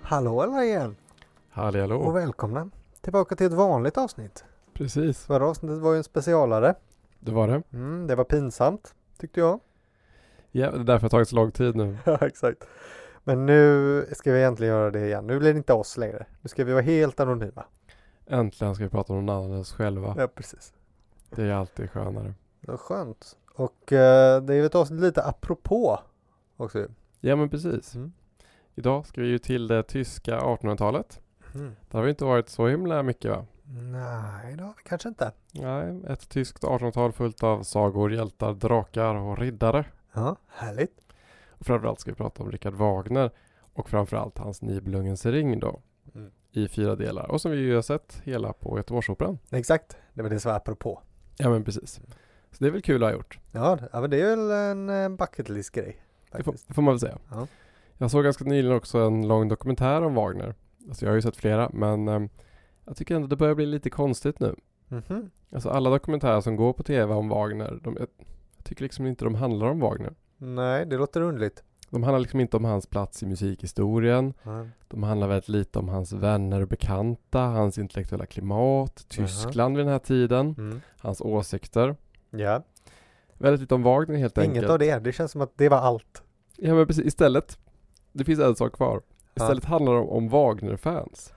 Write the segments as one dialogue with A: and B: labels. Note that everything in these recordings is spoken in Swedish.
A: Hallå alla igen
B: Hallå.
A: och välkomna tillbaka till ett vanligt avsnitt.
B: Precis,
A: Förra avsnittet var ju en specialare.
B: det var det.
A: Det var pinsamt tyckte jag.
B: Ja, det är därför det har tagit så lång tid nu.
A: Ja, exakt. Men nu ska vi egentligen göra det igen. Nu blir det inte oss längre. Nu ska vi vara helt anonyma.
B: Äntligen ska vi prata om någon annan än oss själva.
A: Ja, precis.
B: Det är alltid skönare.
A: Det var skönt. Och det är ju ett avsnitt lite apropå också.
B: Ja, men precis.
A: Mm.
B: Idag ska vi ju till det tyska 1800-talet.
A: Mm.
B: Det har vi inte varit så himla mycket, va?
A: Nej, då kanske inte.
B: Nej, ett tyskt 1800-tal fullt av sagor, hjältar, drakar och riddare.
A: Ja, härligt.
B: Och framförallt ska vi prata om Richard Wagner och framförallt hans Nibelungens ring då.
A: Mm.
B: I 4 delar. Och som vi ju har sett hela på Göteborgsoperan.
A: Exakt, det var det som var apropå.
B: Ja, men precis. Så det är väl kul att ha gjort.
A: Ja, men det är väl en bucket list grej.
B: Det får man väl säga.
A: Ja.
B: Jag såg ganska nyligen också en lång dokumentär om Wagner. Alltså jag har ju sett flera, men jag tycker ändå det börjar bli lite konstigt nu.
A: Mhm.
B: Alltså alla dokumentärer som går på tv om Wagner, jag tycker liksom inte de handlar om Wagner.
A: Nej, det låter underligt.
B: De handlar liksom inte om hans plats i musikhistorien.
A: Mm.
B: De handlar väldigt lite om hans vänner och bekanta, hans intellektuella klimat, Tyskland vid den här tiden,
A: Mm.
B: hans åsikter.
A: Ja,
B: Väldigt lite om Wagner helt enkelt.
A: inget av det. Det känns som att det var allt.
B: Ja, men precis. Istället, det finns en sak kvar. Istället handlar det om Wagner-fans.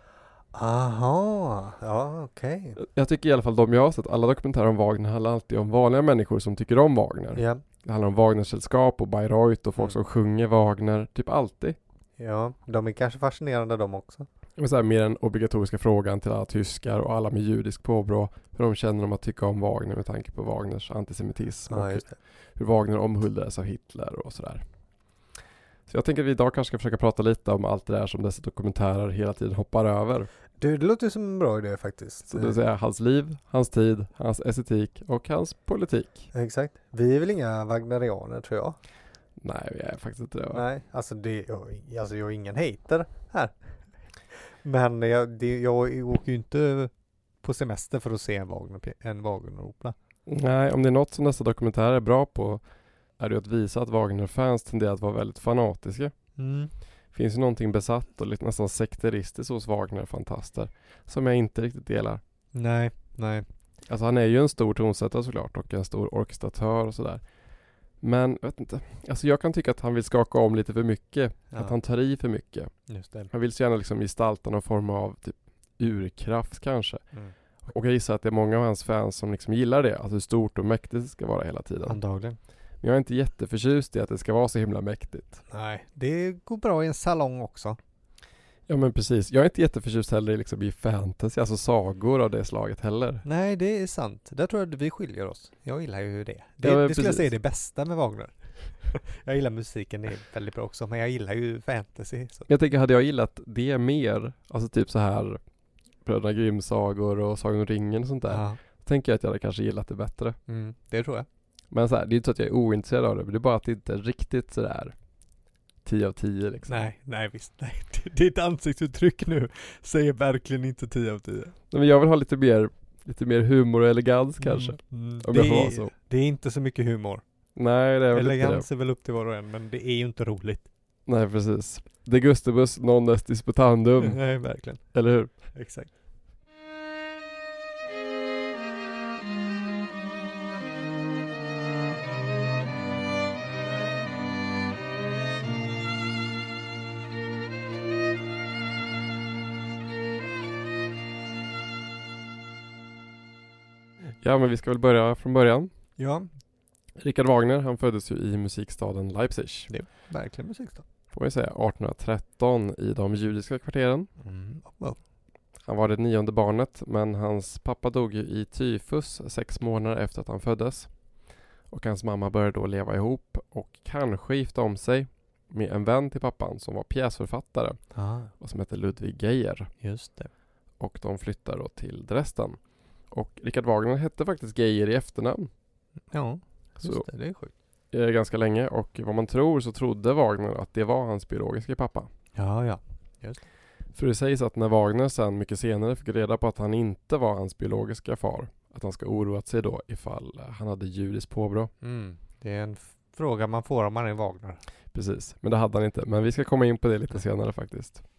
A: Aha, ja okej.
B: Jag tycker i alla fall de jag har sett, alla dokumentärer om Wagner handlar alltid om vanliga människor som tycker om Wagner.
A: Ja.
B: Det handlar om Wagnersällskap och Bayreuth och folk
A: Mm.
B: som sjunger Wagner, typ alltid.
A: Ja, de är kanske fascinerande de också.
B: Och så här, mer den obligatoriska frågan till alla tyskar och alla med judisk påbrå, hur de känner om att tycka om Wagner med tanke på Wagners antisemitism
A: Ja,
B: och
A: just det.
B: hur Wagner omhuldades av Hitler och sådär. Så jag tänker att vi idag kanske ska försöka prata lite om allt det där som dessa dokumentärer hela tiden hoppar över.
A: Du, det låter som en bra idé faktiskt.
B: Så det vill säga hans liv, hans tid, hans estetik och hans politik.
A: Exakt. Vi är väl inga wagnerianer tror jag.
B: Nej, vi är faktiskt inte det, va?
A: Nej, alltså jag är ingen hater här. Men jag åker ju inte på semester för att se en Wagneropera.
B: Nej, om det är något som dessa dokumentärer är bra på är det att visa att Wagner-fans tenderar att vara väldigt fanatiska. Finns ju någonting besatt och lite nästan sekteristiskt hos Wagner-fantaster som jag inte riktigt delar.
A: Nej.
B: Alltså han är ju en stor tonsättare såklart och en stor orkestratör och sådär. Men jag vet inte. Alltså jag kan tycka att han vill skaka om lite för mycket.
A: Ja.
B: Att han tar i för mycket.
A: Just det.
B: Han vill så gärna liksom gestalta någon form av typ urkraft kanske.
A: Mm.
B: Och jag gissar att det är många av hans fans som liksom gillar det. Alltså hur stort och mäktigt det ska vara hela tiden.
A: Antagligen.
B: Men jag är inte jätteförtjust i att det ska vara så himla mäktigt.
A: Nej, det går bra i en salong också.
B: Ja men precis. Jag är inte jätteförtjust heller liksom i fantasy, alltså sagor av det slaget heller.
A: Nej, det är sant. Där tror jag att vi skiljer oss. Jag gillar ju det. Det
B: Ja,
A: skulle jag
B: precis.
A: säga är det bästa med Wagner. Jag gillar musiken, det är väldigt bra också. Men jag gillar ju fantasy. Så.
B: Jag tänker, hade jag gillat det mer, alltså typ så här Bröderna Grimm-sagor och Sagan om ringen och sånt där.
A: Ja.
B: Tänker jag att jag hade kanske gillat det bättre.
A: Det tror jag.
B: Men så här, det är inte så att jag är ointresserad av det, men det är bara att det inte är riktigt så där 10 av 10 liksom.
A: Nej visst. Nej. Ditt ansiktsuttryck nu säger verkligen inte 10 av 10.
B: Nej, men jag vill ha lite mer humor och elegans kanske. Om jag får vara så.
A: Det är inte så mycket humor.
B: Nej, det är väl inte det.
A: Elegans är väl upp till var och en, men det är ju inte roligt.
B: Nej, precis. De gustibus non est disputandum.
A: Nej, verkligen.
B: Eller hur?
A: Exakt.
B: Ja, men vi ska väl börja från början.
A: Ja,
B: Richard Wagner, han föddes ju i musikstaden Leipzig.
A: det är verkligen musikstad.
B: Får man säga 1813 i de judiska kvarteren. Han var det 9:e barnet, men hans pappa dog ju i tyfus 6 månader efter att han föddes. Och hans mamma började då leva ihop och kanske gifta om sig med en vän till pappan som var pjäsförfattare och som hette Ludwig Geijer.
A: Just det.
B: Och de flyttade då till Dresden. Och Richard Wagner hette faktiskt Geijer i efternamn.
A: Ja, just
B: Så
A: det är sjukt.
B: ganska länge, och vad man tror så trodde Wagner att det var hans biologiska pappa.
A: Ja.
B: För det sägs att när Wagner sen mycket senare fick reda på att han inte var hans biologiska far, att han ska oroat sig då ifall han hade judisk påbrå.
A: Det är en fråga man får om man är Wagner.
B: Precis, men det hade han inte. Men vi ska komma in på det lite senare faktiskt.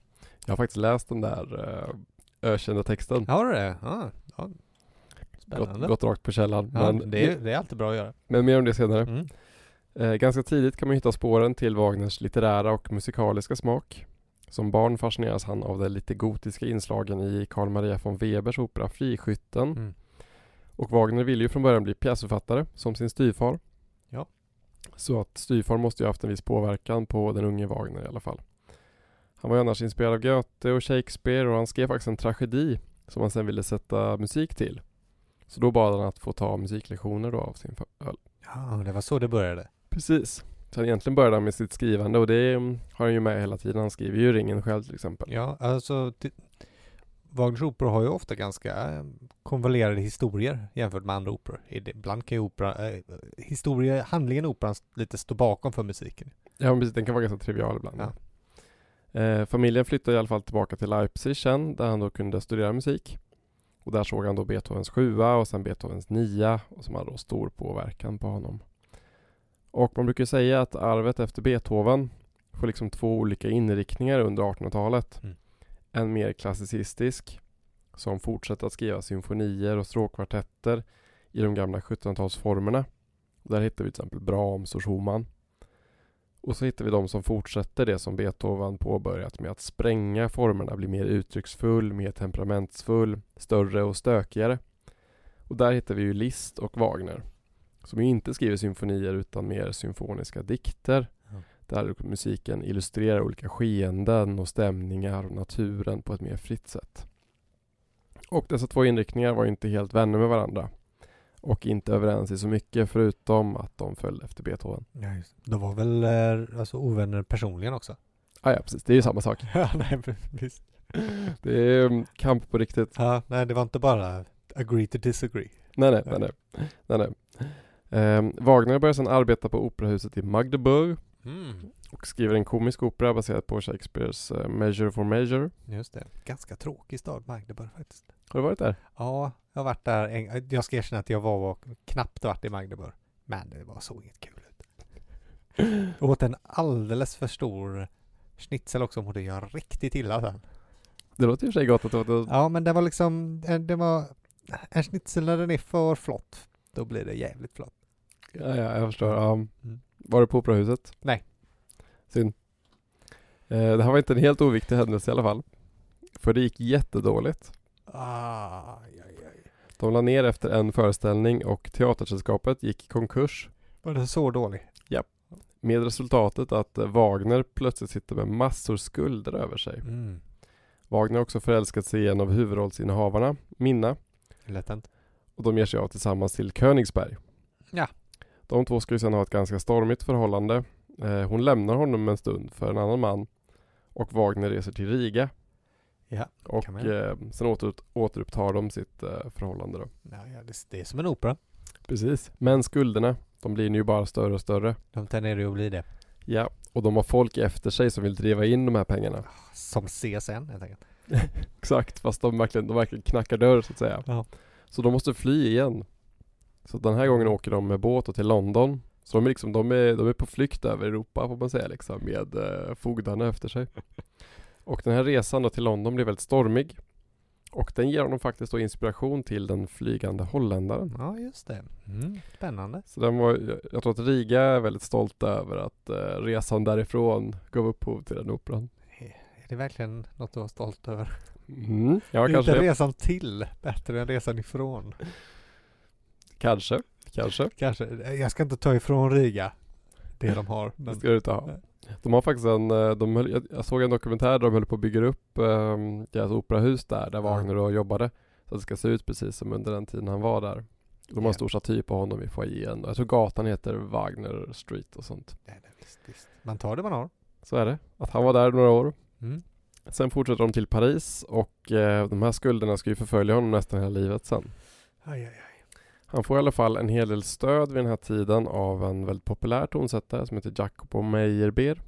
B: Jag har faktiskt läst den där ökända texten.
A: Har du det? Ja. Spännande.
B: Gått rakt på källan.
A: Ja,
B: Men
A: det är alltid bra att göra.
B: Men mer om det senare.
A: Mm.
B: Ganska tidigt kan man hitta spåren till Wagners litterära och musikaliska smak. Som barn fascineras han av de lite gotiska inslagen i Carl Maria von Webers opera Friskytten.
A: Mm.
B: Och Wagner ville ju från början bli pjäsförfattare som sin styvfar.
A: Ja.
B: Så att styvfar måste ju ha haft en viss påverkan på den unge Wagner i alla fall. Han var ju annars inspirerad av Goethe och Shakespeare och han skrev faktiskt en tragedi som han sen ville sätta musik till. Så då bad han att få ta musiklektioner då av sin föräldrar.
A: Ja, det var så det började.
B: Precis. Så han egentligen började med sitt skrivande och det har han ju med hela tiden. Han skriver ju Ringen själv till exempel.
A: Ja, alltså Wagners operor har ju ofta ganska konvolerade historier jämfört med andra operor. Ibland kan ju handlingen i operan lite stå bakom för musiken.
B: Ja, men precis. Den kan vara ganska trivial ibland.
A: Ja.
B: Familjen flyttade i alla fall tillbaka till Leipzig sen, där han då kunde studera musik. Och där såg han då Beethovens 7:a och sen Beethovens 9:a och som hade då stor påverkan på honom. Och man brukar säga att arvet efter Beethoven får liksom två olika inriktningar under 1800-talet.
A: Mm.
B: En mer klassicistisk som fortsätter att skriva symfonier och stråkkvartetter i de gamla 1700-talsformerna. Där hittar vi till exempel Brahms och Schumann. Och så hittar vi de som fortsätter det som Beethoven påbörjat med att spränga formerna, bli mer uttrycksfull, mer temperamentsfull, större och stökigare. Och där hittar vi ju Liszt och Wagner som ju inte skriver symfonier utan mer symfoniska dikter.
A: Mm.
B: Där musiken illustrerar olika skeenden och stämningar och naturen på ett mer fritt sätt. Och dessa två inriktningar var inte helt vänner med varandra. Och inte överens i så mycket förutom att de följde efter Beethoven.
A: Ja, just. De var väl alltså ovänner personligen också?
B: Ja, precis. Det är ju samma sak.
A: Ja, nej, visst.
B: Det är kamp på riktigt.
A: Ja, nej, det var inte bara agree to disagree.
B: Nej. Wagner började sedan arbeta på operahuset i Magdeburg och skriver en komisk opera baserad på Shakespeares Measure for Measure.
A: Just det. Ganska tråkig stad, Magdeburg faktiskt.
B: Har du varit där?
A: Ja, jag har varit där. Jag ska erkänna att jag var knappt varit i Magdeburg. Men det var så inget kul ut. Jag åt en alldeles för stor schnitzel också, och det gör riktigt illa sen.
B: Det låter ju för sig gott att det.
A: Ja, men det var liksom det var en schnitzel när den är för flott. Då blir det jävligt flott.
B: Ja, jag förstår. Var du på operahuset?
A: Nej.
B: Synd. Det här var inte en helt oviktig händelse i alla fall. För det gick jättedåligt. De la ner efter en föreställning och teatersällskapet gick i konkurs.
A: Var det så dåligt?
B: Ja. Med resultatet att Wagner plötsligt sitter med massor skulder över sig. Wagner har också förälskat sig i en av huvudrollsinnehavarna, Minna.
A: Lätt inte.
B: Och de ger sig av tillsammans till Königsberg.
A: Ja.
B: De två ska ju sedan ha ett ganska stormigt förhållande. Hon lämnar honom en stund för en annan man. Och Wagner reser till Riga.
A: Ja.
B: Och sen återupptar de sitt förhållande då.
A: Ja, det är som en opera.
B: Precis. Men skulderna, de blir ju bara större och större.
A: De tenderar ju att bli det.
B: Ja, och de har folk efter sig som vill driva in de här pengarna.
A: Som CSN helt enkelt.
B: Exakt, fast de verkligen knackar dörr så att säga.
A: Ja.
B: Så de måste fly igen. Så den här gången åker de med båt och till London. Så de är på flykt över Europa får man säga liksom, med fogdarna efter sig. Och den här resan då till London blir väldigt stormig. Och den ger honom faktiskt då inspiration till den flygande holländaren.
A: Ja, just det. Spännande.
B: Så jag tror att Riga är väldigt stolt över att resan därifrån gav upphov till den operan.
A: Är det verkligen något att vara stolt över?
B: Ja,
A: är
B: kanske.
A: Inte resan till bättre än resan ifrån?
B: Kanske.
A: Jag ska inte ta ifrån Riga det de har.
B: Det ska du inte ha. De har faktiskt jag såg en dokumentär där de höll på att bygga upp deras operahus där Wagner då jobbade. Så att det ska se ut precis som under den tiden han var där. De har en stor staty på honom i foajén. Jag tror gatan heter Wagner Street och sånt.
A: Ja, visst. Man tar det man har.
B: Så är det. Att han var där några år. Sen fortsätter de till Paris och de här skulderna ska ju förfölja honom nästan hela livet sen.
A: Aj.
B: Han får i alla fall en hel del stöd vid den här tiden av en väldigt populär tonsättare som heter Jacopo Meyerbeer.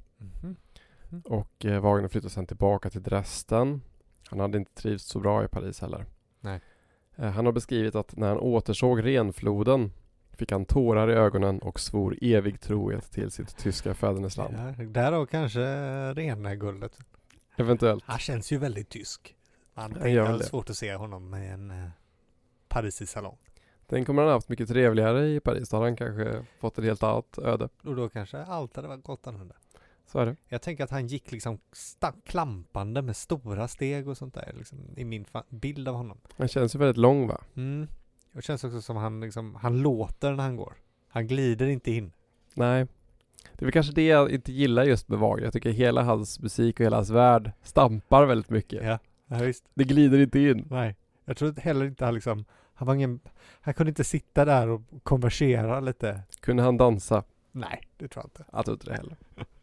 B: Och Wagner flyttade sen tillbaka till Dresden. Han hade inte trivts så bra i Paris heller.
A: Nej.
B: Han har beskrivit att när han återsåg Renfloden fick han tårar i ögonen och svor evig trohet till sitt tyska fädernesland.
A: Ja, därav kanske rena guldet.
B: Eventuellt.
A: Han känns ju väldigt tysk. Man har svårt att se honom med en Paris i salong.
B: Den kommer han ha haft mycket trevligare i Paris. Då har han kanske fått ett helt annat öde.
A: Och då kanske allt hade varit gott annorlunda.
B: Så är det.
A: Jag tänker att han gick liksom klampande med stora steg och sånt där. Liksom, i min bild av honom.
B: Han känns ju väldigt lång, va?
A: Mm. Det känns också som han låter när han går. Han glider inte in.
B: Nej. Det är väl kanske det jag inte gillar just med Wagner. Jag tycker hela hans musik och hela hans värld stampar väldigt mycket.
A: Ja visst.
B: Det glider inte in.
A: Nej. Jag tror heller inte han kunde inte sitta där och konversera lite.
B: Kunde han dansa?
A: Nej, det tror jag inte.
B: Jag tror inte det heller.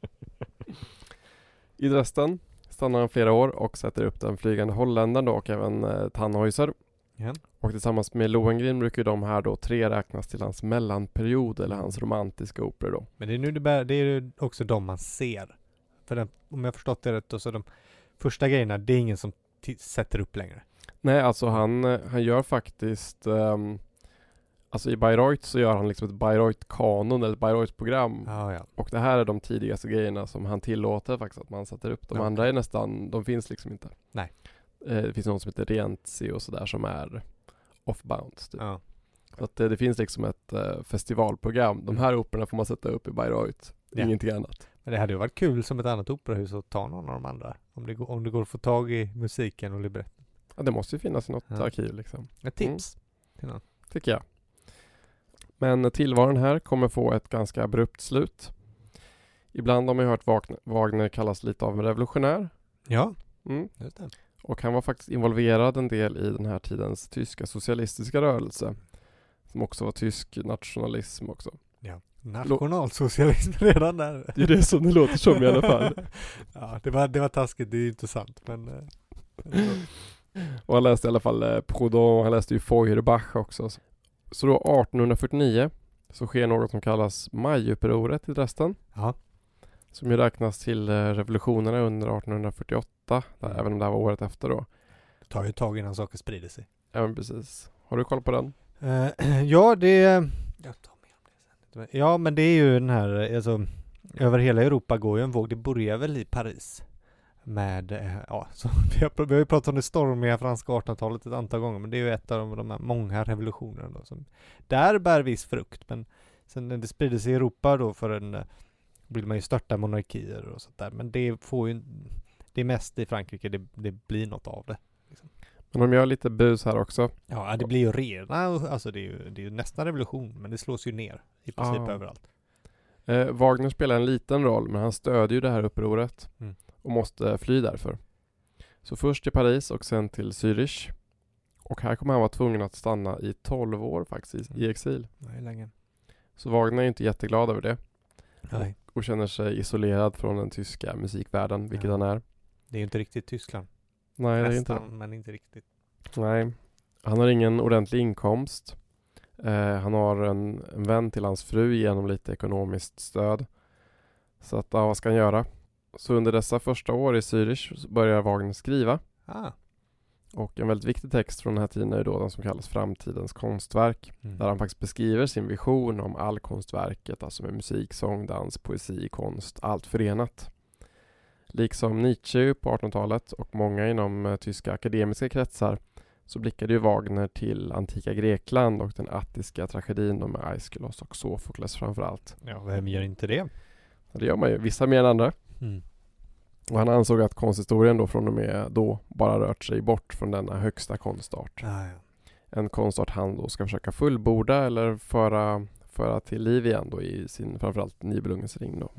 B: I Dresden stannar han flera år och sätter upp den flygande holländaren då och även Tannhäuser.
A: Ja.
B: Och tillsammans med Lohengrin brukar de här då 3 räknas till hans mellanperiod eller hans romantiska operor då.
A: Men det är ju också de man ser. För om jag förstått det rätt då, så de första grejerna, det är ingen som sätter upp längre.
B: Nej, alltså han gör faktiskt alltså i Bayreuth så gör han liksom ett Bayreuth-kanon eller ett Bayreuth-program.
A: Ja.
B: Och det här är de tidigaste grejerna som han tillåter faktiskt att man sätter upp. De andra är nästan, de finns liksom inte.
A: Nej.
B: Det finns något som heter Rienzi och sådär som är off-bounds typ.
A: Ja.
B: Så att det finns liksom ett festivalprogram. De här operorna får man sätta upp i Bayreuth. Ingenting annat.
A: Men det hade ju varit kul som ett annat operahus att ta någon av de andra. Om det går att få tag i musiken och libretten.
B: Ja, det måste ju finnas i något arkiv liksom.
A: Ett tips till någon.
B: Tycker jag. Men tillvaron här kommer få ett ganska abrupt slut. Ibland har man hört Wagner kallas lite av en revolutionär.
A: Ja, just det.
B: Och han var faktiskt involverad en del i den här tidens tyska socialistiska rörelse. Som också var tysk nationalism också.
A: Ja, nationalsocialism redan där.
B: Det är det som det låter som i alla fall.
A: Ja, det var taskigt, det är inte sant. Men,
B: och han läste i alla fall Proudhon, han läste ju Feuerbach också. Så då 1849 så sker något som kallas Majupproret i Dresden.
A: Ja.
B: Som ju räknas till revolutionerna under 1848, även om det här var året efter då.
A: Det tar ju tag innan saker sprider sig.
B: Ja, men precis. Har du koll på den?
A: Ja, jag tar med om det sen. Ja, men det är ju den här, alltså, över hela Europa går ju en våg. Det börjar väl i Paris. Med, så vi har ju pratat om det stormiga franska 1800-talet ett antal gånger, men det är ju ett av de här många revolutionerna då, som där bär viss frukt, men sen när det sprider sig i Europa då vill man ju störta monarkier och sånt där, men det är mest i Frankrike det blir något av det. Liksom.
B: Men de gör lite bus här också.
A: Ja, det blir ju redan, alltså det är ju nästan revolution, men det slås ju ner i princip överallt.
B: Wagner spelar en liten roll, men han stödjer ju det här upproret. Och måste fly därför. Så först till Paris och sen till Zürich. Och här kommer han vara tvungen att stanna i 12 år faktiskt i exil.
A: Nej, länge.
B: Så Wagner är inte jätteglad över det.
A: Nej.
B: Och känner sig isolerad från den tyska musikvärlden, vilket han är.
A: Det är ju inte riktigt Tyskland.
B: Nej,
A: nästan,
B: det är inte.
A: Men inte riktigt.
B: Nej. Han har ingen ordentlig inkomst. Han har en vän till hans fru genom lite ekonomiskt stöd. Så att, vad ska han göra? Så under dessa första år i Zürich börjar Wagner skriva. Och en väldigt viktig text från den här tiden är då den som kallas Framtidens konstverk. Där han faktiskt beskriver sin vision om all konstverket, alltså med musik, sång, dans, poesi, konst, allt förenat. Liksom Nietzsche på 1800-talet och många inom tyska akademiska kretsar så blickade ju Wagner till antika Grekland och den attiska tragedin med Aeschylus och Sofokles framförallt.
A: Ja, vem gör inte det?
B: Det gör man ju, vissa mer än andra. Och han ansåg att konsthistorien då från och med då bara rört sig bort från denna högsta konstart. En konstart han då ska försöka fullborda eller föra till liv igen då i sin framförallt Nibelungens ring då.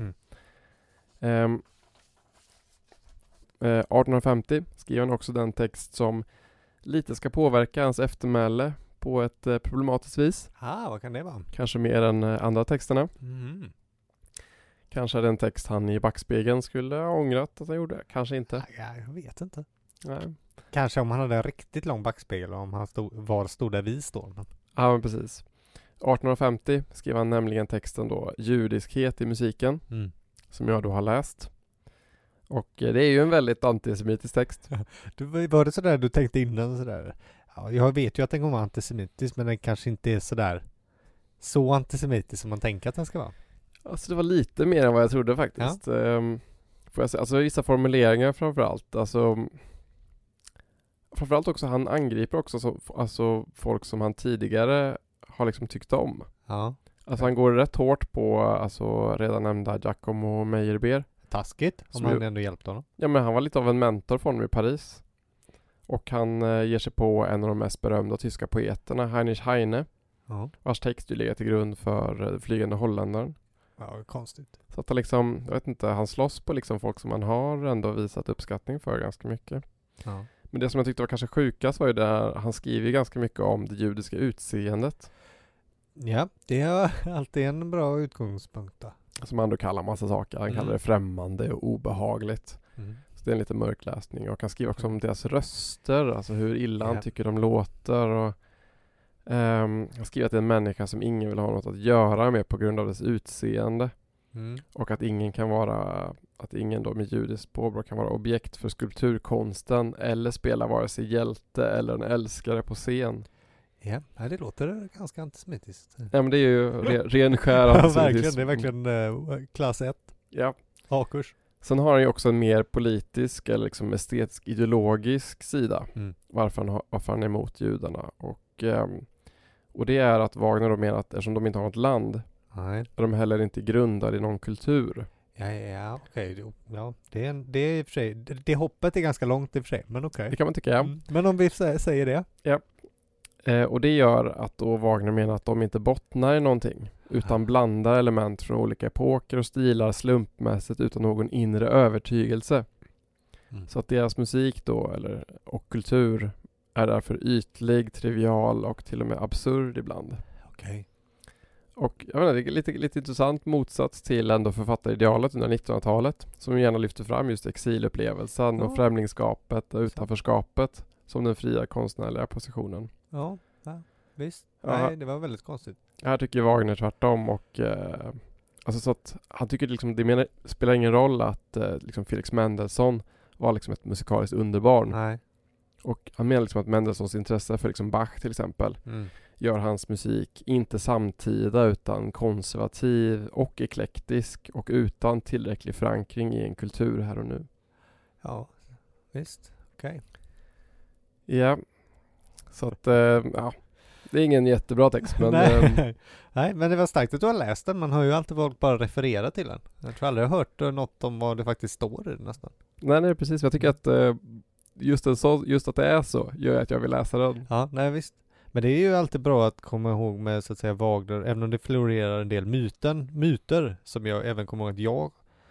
B: 1850 skriver han också den text som lite ska påverka hans eftermäle på ett problematiskt vis.
A: Vad kan det vara?
B: Kanske mer än andra texterna. Kanske är det en text han i backspegeln skulle ha ångrat att han gjorde. Kanske inte.
A: Jag vet inte.
B: Nej.
A: Kanske om han hade en riktigt lång backspegel och om han stod där vi står. Men...
B: Ja, men precis. 1850 skrev han nämligen texten då Judiskhet i musiken. Som jag då har läst. Och det är ju en väldigt antisemitisk text.
A: Var det sådär du tänkte innan? Sådär? Ja, jag vet ju att den kommer vara antisemitisk, men den kanske inte är sådär så antisemitisk som man tänker att den ska vara.
B: Alltså det var lite mer än vad jag trodde faktiskt. får jag säga, alltså vissa formuleringar framförallt. Alltså, framförallt också, han angriper också alltså folk som han tidigare har liksom tyckt om.
A: Ja.
B: Alltså han går rätt hårt på alltså redan nämnda Giacomo Meyerbeer.
A: Taskigt, om han ändå hjälpte honom.
B: Ja, men han var lite av en mentor för honom i Paris. Och han ger sig på en av de mest berömda tyska poeterna, Heinrich Heine. Vars text ju ligger till grund för Flygande holländaren.
A: Ja, konstigt.
B: Så att han liksom, jag vet inte, han slåss på liksom folk som han har ändå visat uppskattning för ganska mycket.
A: Ja.
B: Men det som jag tyckte var kanske sjukast var ju där han skriver ganska mycket om det judiska utseendet.
A: Ja, det är alltid en bra utgångspunkt då.
B: Som han då kallar massa saker. Han kallar det främmande och obehagligt. Så det är en lite mörk läsning. Och han skriver också om deras röster. Alltså hur illa han tycker de låter. Och, han skriver att det är en människa som ingen vill ha något att göra med på grund av dess utseende. Och att ingen då med judiskt påbrå kan vara objekt för skulpturkonsten eller spela vare sig hjälte eller en älskare på scen.
A: Ja, det låter ganska antisemitiskt.
B: Ja, men det är ju ren skär
A: antisemitism. Verkligen, det är verkligen klass 1.
B: Ja.
A: A-kurs.
B: Sen har han ju också en mer politisk eller liksom estetisk ideologisk sida. Varför han är emot judarna. Och det är att Wagner då menar att eftersom de inte har något land är de heller inte grundade i någon kultur.
A: Ja, okej. Ja, det är i och för sig, det hoppet är ganska långt i och för sig, men okej.
B: Det kan man tycka, ja.
A: Men om vi säger det.
B: Ja. Och det gör att då Wagner menar att de inte bottnar i någonting utan blandar element från olika epoker och stilar slumpmässigt utan någon inre övertygelse. Så att deras musik då och kultur är därför ytlig, trivial och till och med absurd ibland.
A: Okej.
B: Och jag vet inte, det är lite intressant motsats till ändå författaridealet under 1900-talet som gärna lyfter fram just exilupplevelsen och främlingskapet och utanförskapet som den fria konstnärliga positionen.
A: Ja, visst.
B: Ja.
A: Nej, det var väldigt konstigt.
B: Här tycker Wagner tvärtom och alltså så att han tycker liksom det spelar ingen roll att liksom Felix Mendelssohn var liksom ett musikaliskt underbarn.
A: Nej.
B: Och han menar liksom att Mendelssohns intresse för liksom Bach till exempel gör hans musik inte samtida utan konservativ och eklektisk och utan tillräcklig förankring i en kultur här och nu.
A: Ja, visst. Okej.
B: Ja, så att det är ingen jättebra text. Men,
A: nej, men det var starkt att du har läst den. Man har ju alltid valt bara referera till den. Jag tror aldrig jag har hört något om vad det faktiskt står i den nästan.
B: Nej, precis. Jag tycker att just att det är så gör att jag vill läsa den.
A: Ja, nej visst. Men det är ju alltid bra att komma ihåg med så att säga Wagner, även om det florerar en del myter som jag även kommer ihåg att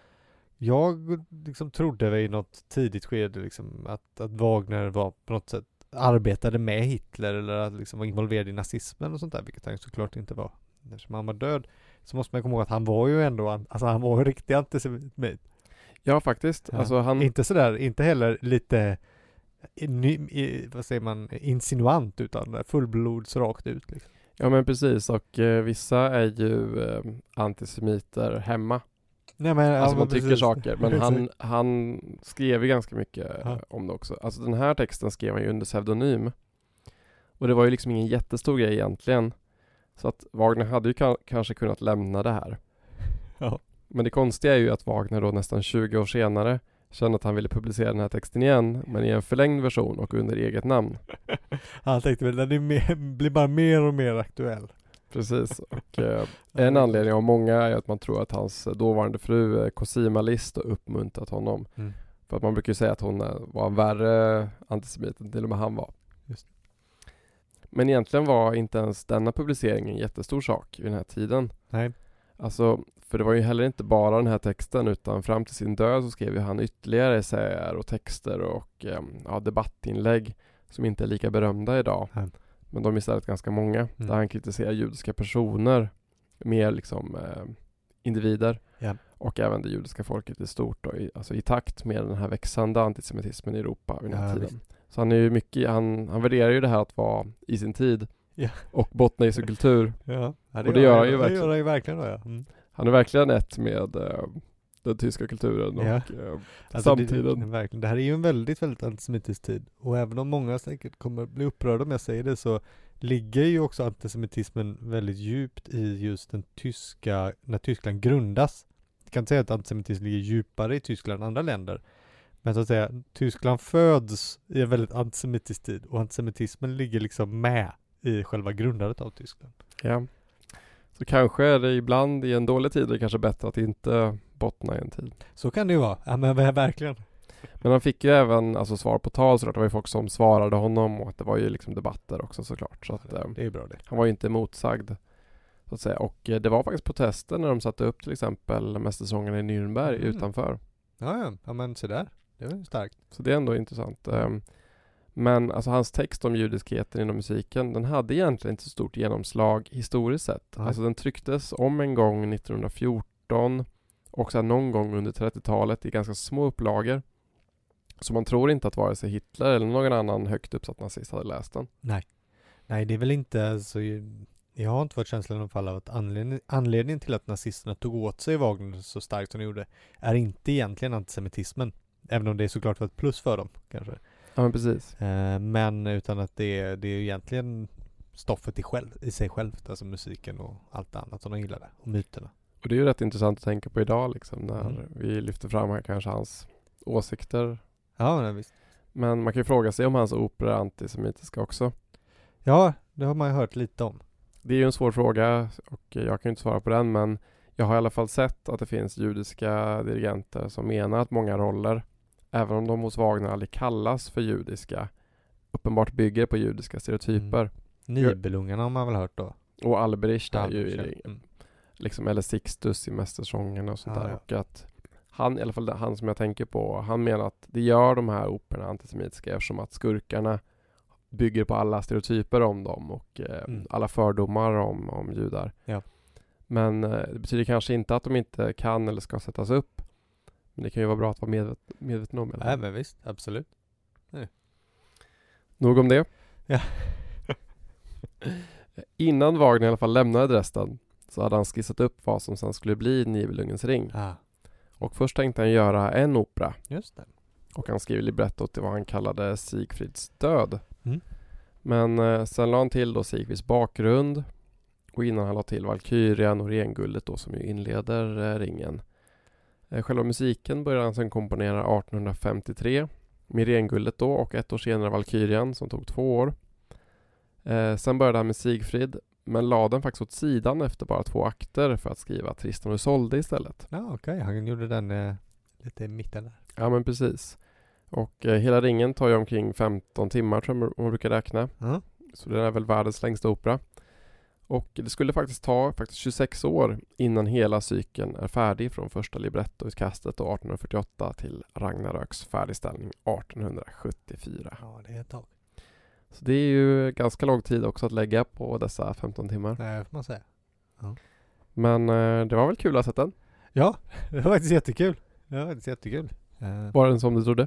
A: jag liksom trodde i något tidigt skede liksom att Wagner var på något sätt arbetade med Hitler eller att liksom var involverad i nazismen och sånt där, vilket han såklart inte var. Eftersom han var död så måste man komma ihåg att han var ju ändå han var en riktig antisemit.
B: Ja, faktiskt. Ja. Alltså
A: inte sådär, inte heller lite vad säger man, insinuant utan fullblods rakt ut liksom.
B: Ja, men precis, och vissa är ju antisemiter hemma.
A: Nej, men
B: alltså man tycker saker, men han skrev ju ganska mycket om det också. Alltså den här texten skrev han ju under pseudonym. Och det var ju liksom ingen jättestor grej egentligen. Så att Wagner hade ju kanske kunnat lämna det här.
A: Ja.
B: Men det konstiga är ju att Wagner då nästan 20 år senare kände att han ville publicera den här texten igen, men i en förlängd version och under eget namn.
A: Han tänkte väl att den blir bara mer och mer aktuell.
B: Precis, och en anledning av många är att man tror att hans dåvarande fru Cosima Liszt uppmuntrat honom. För att man brukar ju säga att hon var en värre antisemit än till och med han var.
A: Just.
B: Men egentligen var inte ens denna publicering en jättestor sak vid den här tiden.
A: Nej.
B: Alltså, för det var ju heller inte bara den här texten utan fram till sin död så skrev ju han ytterligare essäer och texter och debattinlägg som inte är lika berömda idag. Men de är istället ganska många. Där han kritiserar judiska personer, mer liksom individer. Och även det judiska folket i stort. Då, alltså i takt med den här växande antisemitismen i Europa vid den här tiden. Visst. Så han är ju mycket, han värderar ju det här att vara i sin tid. Och bottna i sin kultur.
A: Och det gör han ju verkligen. Det gör han ju verkligen då,
B: Han är verkligen ett med den tyska kulturen och
A: alltså
B: samtiden.
A: Verkligen. Det här är ju en väldigt, väldigt antisemitisk tid. Och även om många säkert kommer bli upprörda om jag säger det så ligger ju också antisemitismen väldigt djupt i just den tyska, när Tyskland grundas kan inte säga att antisemitism ligger djupare i Tyskland än andra länder. Men så att säga, Tyskland föds i en väldigt antisemitisk tid och antisemitismen ligger liksom med i själva grundandet av Tyskland.
B: Ja. Så kanske är det ibland i en dålig tid det är kanske bättre att inte bottna i en tid.
A: Så kan det ju vara. Ja, men verkligen.
B: Men han fick ju även alltså, svar på tal, så det var ju folk som svarade honom och att det var ju liksom debatter också såklart. Så att,
A: det är bra det.
B: Han var ju inte motsagd så att säga. Och det var faktiskt protester när de satte upp till exempel mästersången i Nürnberg utanför.
A: Ja, men så där. Det var ju starkt.
B: Så det är ändå intressant. Men alltså hans text om judiskheten inom musiken, den hade egentligen inte så stort genomslag historiskt sett. Alltså den trycktes om en gång 1914 och sen någon gång under 30-talet i ganska små upplagor. Så man tror inte att vare sig Hitler eller någon annan högt uppsatt nazist hade läst den.
A: Nej, det är väl inte så. Jag har inte fått känslan i alla fall av att anledningen till att nazisterna tog åt sig Wagner så starkt som de gjorde är inte egentligen antisemitismen. Även om det är såklart var ett plus för dem kanske.
B: Ja, men precis.
A: Men utan att det är egentligen stoffet i sig självt. Alltså musiken och allt annat som de gillade. Och myterna.
B: Och det är ju rätt intressant att tänka på idag liksom, när vi lyfter fram här kanske hans åsikter.
A: Ja, visst.
B: Men man kan ju fråga sig om hans opera är antisemitiska också.
A: Ja, det har man ju hört lite om.
B: Det är ju en svår fråga och jag kan ju inte svara på den, men jag har i alla fall sett att det finns judiska dirigenter som menar att många roller, även om de hos Wagner aldrig kallas för judiska, uppenbart bygger på judiska stereotyper.
A: Nibelungarna har man väl hört då?
B: Och Albrecht är ju liksom, eller Sixtus i Mästersången och sånt där.
A: Ja.
B: Och att han, i alla fall han som jag tänker på, han menar att det gör de här operorna antisemitiska eftersom att skurkarna bygger på alla stereotyper om dem och alla fördomar om judar.
A: Ja.
B: Men det betyder kanske inte att de inte kan eller ska sättas upp. Men det kan ju vara bra att vara medveten om.
A: Nej, men visst, absolut.
B: Nog om det.
A: Ja.
B: Innan Wagner i alla fall lämnade Dresden så hade han skissat upp vad som sen skulle bli Nibelungens ring. Och först tänkte han göra en opera.
A: Just det.
B: Och han skrev librettot till vad han kallade Sigfrids död. Men sen la han till då Sigfrids bakgrund. Och innan han la till Valkyrian och Renguldet då som ju inleder ringen. Själva musiken började han sen komponera 1853 med Renguldet då och ett år senare Valkyrian som tog 2 år. Sen började han med Sigfrid men la den faktiskt åt sidan efter bara 2 akter för att skriva Tristan och Isolde istället.
A: Ja, okej. Han gjorde den lite i mitten där.
B: Ja, men precis. Och hela ringen tar ju omkring 15 timmar tror jag man brukar räkna. Så den är väl världens längsta opera. Och det skulle faktiskt ta 26 år innan hela cykeln är färdig från första librettoutkastet 1848 till Ragnaröks färdigställning 1874.
A: Ja, det är ett tag.
B: Så det är ju ganska lång tid också att lägga på dessa 15 timmar.
A: Nej, får man säga. Ja.
B: Men det var väl kul att ha sett den?
A: Ja, det var faktiskt jättekul.
B: Var den som du trodde?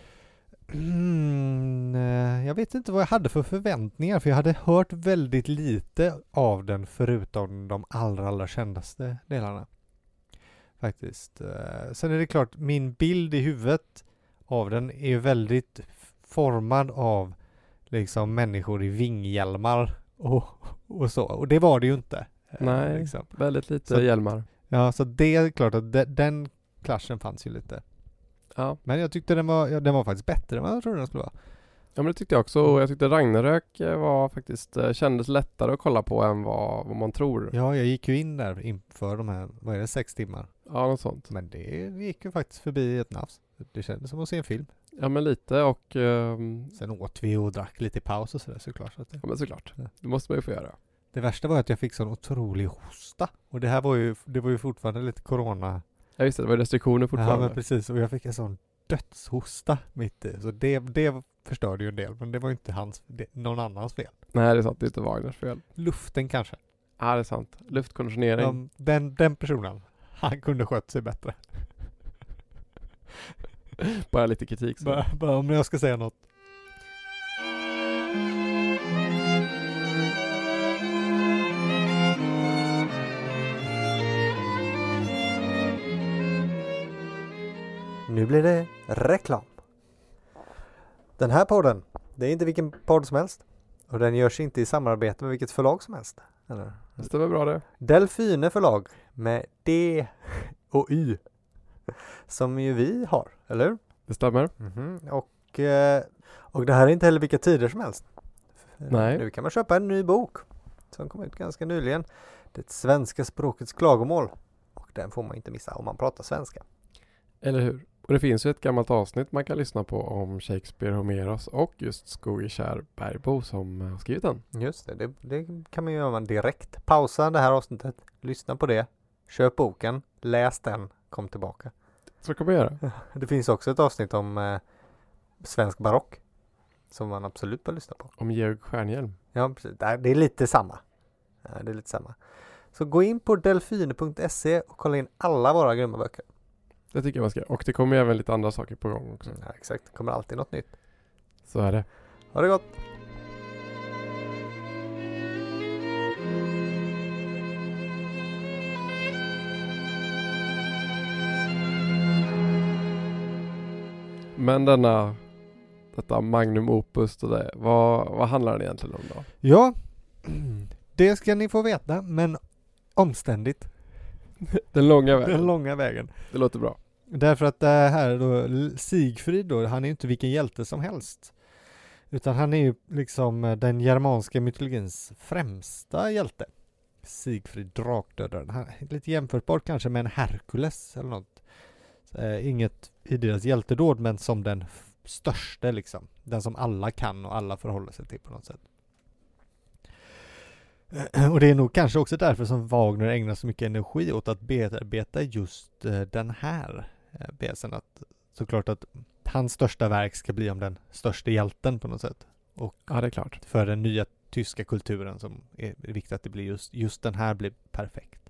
A: Jag vet inte vad jag hade för förväntningar, för jag hade hört väldigt lite av den förutom de allra kändaste delarna. Faktiskt. Sen är det klart, min bild i huvudet av den är väldigt formad av liksom människor i vinghjälmar och så. Och det var det ju inte.
B: Nej,
A: liksom.
B: Väldigt lite
A: så,
B: hjälmar.
A: Ja, så det är klart att den klaschen fanns ju lite.
B: Ja.
A: Men jag tyckte den var faktiskt bättre än vad jag trodde den skulle vara.
B: Ja, men det tyckte jag också. Och jag tyckte Ragnarök var faktiskt kändes lättare att kolla på än vad man tror.
A: Ja, jag gick ju in där inför de här, vad är det, 6 timmar?
B: Ja, något sånt.
A: Men det gick ju faktiskt förbi ett nafs. Det kändes som att se en film.
B: Ja, men lite och...
A: Sen åt vi och drack lite i paus och sådär såklart.
B: Ja, men såklart. Det måste man ju få göra.
A: Det värsta var att jag fick sån otrolig hosta. Och det var ju fortfarande lite corona.
B: Ja, just det. Det var restriktioner fortfarande.
A: Ja, men precis. Och jag fick en sån dödshosta mitt i. Så det förstörde ju en del. Men det var ju inte någon annans fel.
B: Nej, det är sant. Det är inte Wagners fel.
A: Luften kanske.
B: Ja, det är sant. Luftkonditionering.
A: Den personen. Han kunde skött sig bättre.
B: Bara lite kritik. Så.
A: Bara om jag ska säga något. Nu blir det reklam. Den här podden, det är inte vilken podd som helst. Och den görs inte i samarbete med vilket förlag som helst. Eller?
B: Det stämmer bra det.
A: Delfine förlag med D och Y. Som ju vi har, eller hur?
B: Det stämmer.
A: Och det här är inte heller vilka tider som helst.
B: Nej.
A: Nu kan man köpa en ny bok som kom ut ganska nyligen. Det svenska språkets klagomål. Och den får man inte missa om man pratar svenska.
B: Eller hur? Och det finns ju ett gammalt avsnitt man kan lyssna på om Shakespeare, Homeros och just Skogekär Bergbo som har skrivit den.
A: Just det kan man göra direkt. Pausa det här avsnittet, lyssna på det, köp boken, läs den, kom tillbaka.
B: Så kan man göra.
A: Det finns också ett avsnitt om svensk barock som man absolut bör lyssna på.
B: Om Georg Stjärnhielm.
A: Ja, precis. Det är lite samma. Det är lite samma. Så gå in på delfine.se och kolla in alla våra grymma böcker.
B: Det tycker jag man ska. Och det kommer även lite andra saker på gång också.
A: Ja, exakt. Det kommer alltid något nytt.
B: Så är det.
A: Ha det gott!
B: Men detta magnum opus och det, vad handlar den egentligen om då?
A: Ja, det ska ni få veta, men omständigt.
B: Den långa vägen.
A: Den långa vägen.
B: Det låter bra.
A: Därför att det här då, Sigfrid då, han är ju inte vilken hjälte som helst. Utan han är ju liksom den germanska mytologins främsta hjälte. Sigfrid drakdödaren. Han är lite jämförbar kanske med en Herkules eller något. Inget i deras hjältedåd, men som den största liksom. Den som alla kan och alla förhåller sig till på något sätt. Och det är nog kanske också därför som Wagner ägnar så mycket energi åt att bearbeta just den här pjäsen. Att såklart att hans största verk ska bli om den största hjälten på något sätt. Och
B: ja, det är klart.
A: För den nya tyska kulturen som är viktigt att det blir just den här blir perfekt.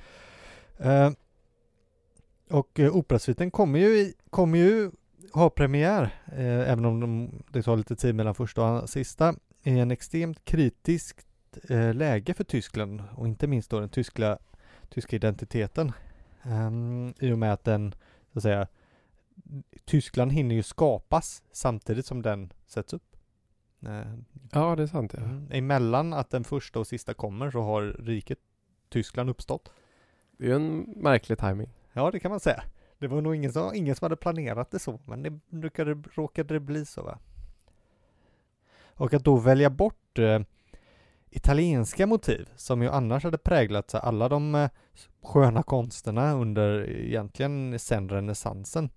A: Och operasviten kommer ju ha premiär, även om det tar lite tid mellan första och sista, i en extremt kritiskt läge för Tyskland och inte minst då den tyska identiteten. I och med att den, så att säga, Tyskland hinner ju skapas samtidigt som den sätts upp.
B: Ja, det är sant. Ja.
A: Emellan att den första och sista kommer så har riket Tyskland uppstått.
B: Det är ju en märklig timing.
A: Ja, det kan man säga. Det var nog ingen som hade planerat det så, men det råkade det bli så, va? Och att då välja bort italienska motiv, som ju annars hade präglat alla de sköna konsterna under egentligen sen renässansen.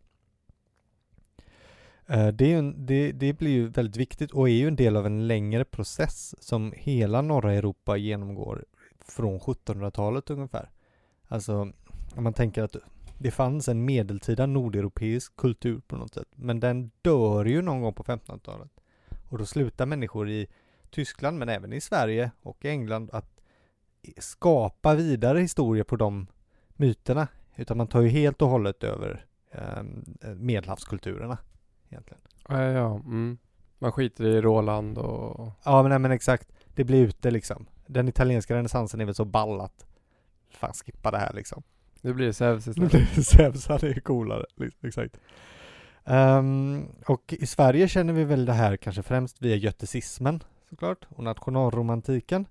A: Det blir ju väldigt viktigt och är ju en del av en längre process som hela norra Europa genomgår från 1700-talet ungefär. Alltså, om man tänker att det fanns en medeltida nordeuropeisk kultur på något sätt, men den dör ju någon gång på 1500-talet. Och då slutar människor i Tyskland, men även i Sverige och i England, att skapa vidare historier på de myterna. Utan man tar ju helt och hållet över medelhavskulturerna egentligen.
B: Ja. Man skiter i Roland och...
A: Ja, men exakt. Det blir ute liksom. Den italienska renässansen är väl så ballat. Fan, skippa det här liksom.
B: Nu blir det Zeus istället.
A: Nu blir det Zeus, han är coolare. Exakt. Och i Sverige känner vi väl det här kanske främst via götesismen såklart och nationalromantiken.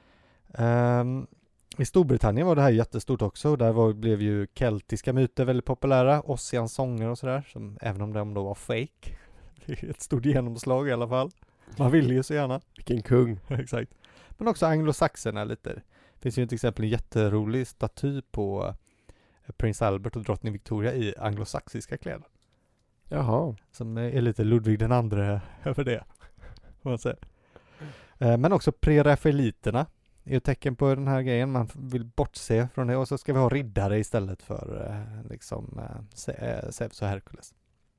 A: I Storbritannien var det här jättestort också. Där blev ju keltiska myter väldigt populära. Ossians sånger och sådär. Som, även om de då var fake. Det är ett stort genomslag i alla fall. Man vill ju så gärna.
B: Vilken kung.
A: Exakt. Men också anglosaxerna lite. Det finns ju till exempel en jätterolig staty på prins Albert och drottning Victoria i anglosaxiska kläder.
B: Jaha.
A: Som är lite Ludvig den andre över det. Man säger. Men också prerafaeliterna är ett tecken på den här grejen. Man vill bortse från det och så ska vi ha riddare istället för Zeus och Herkules.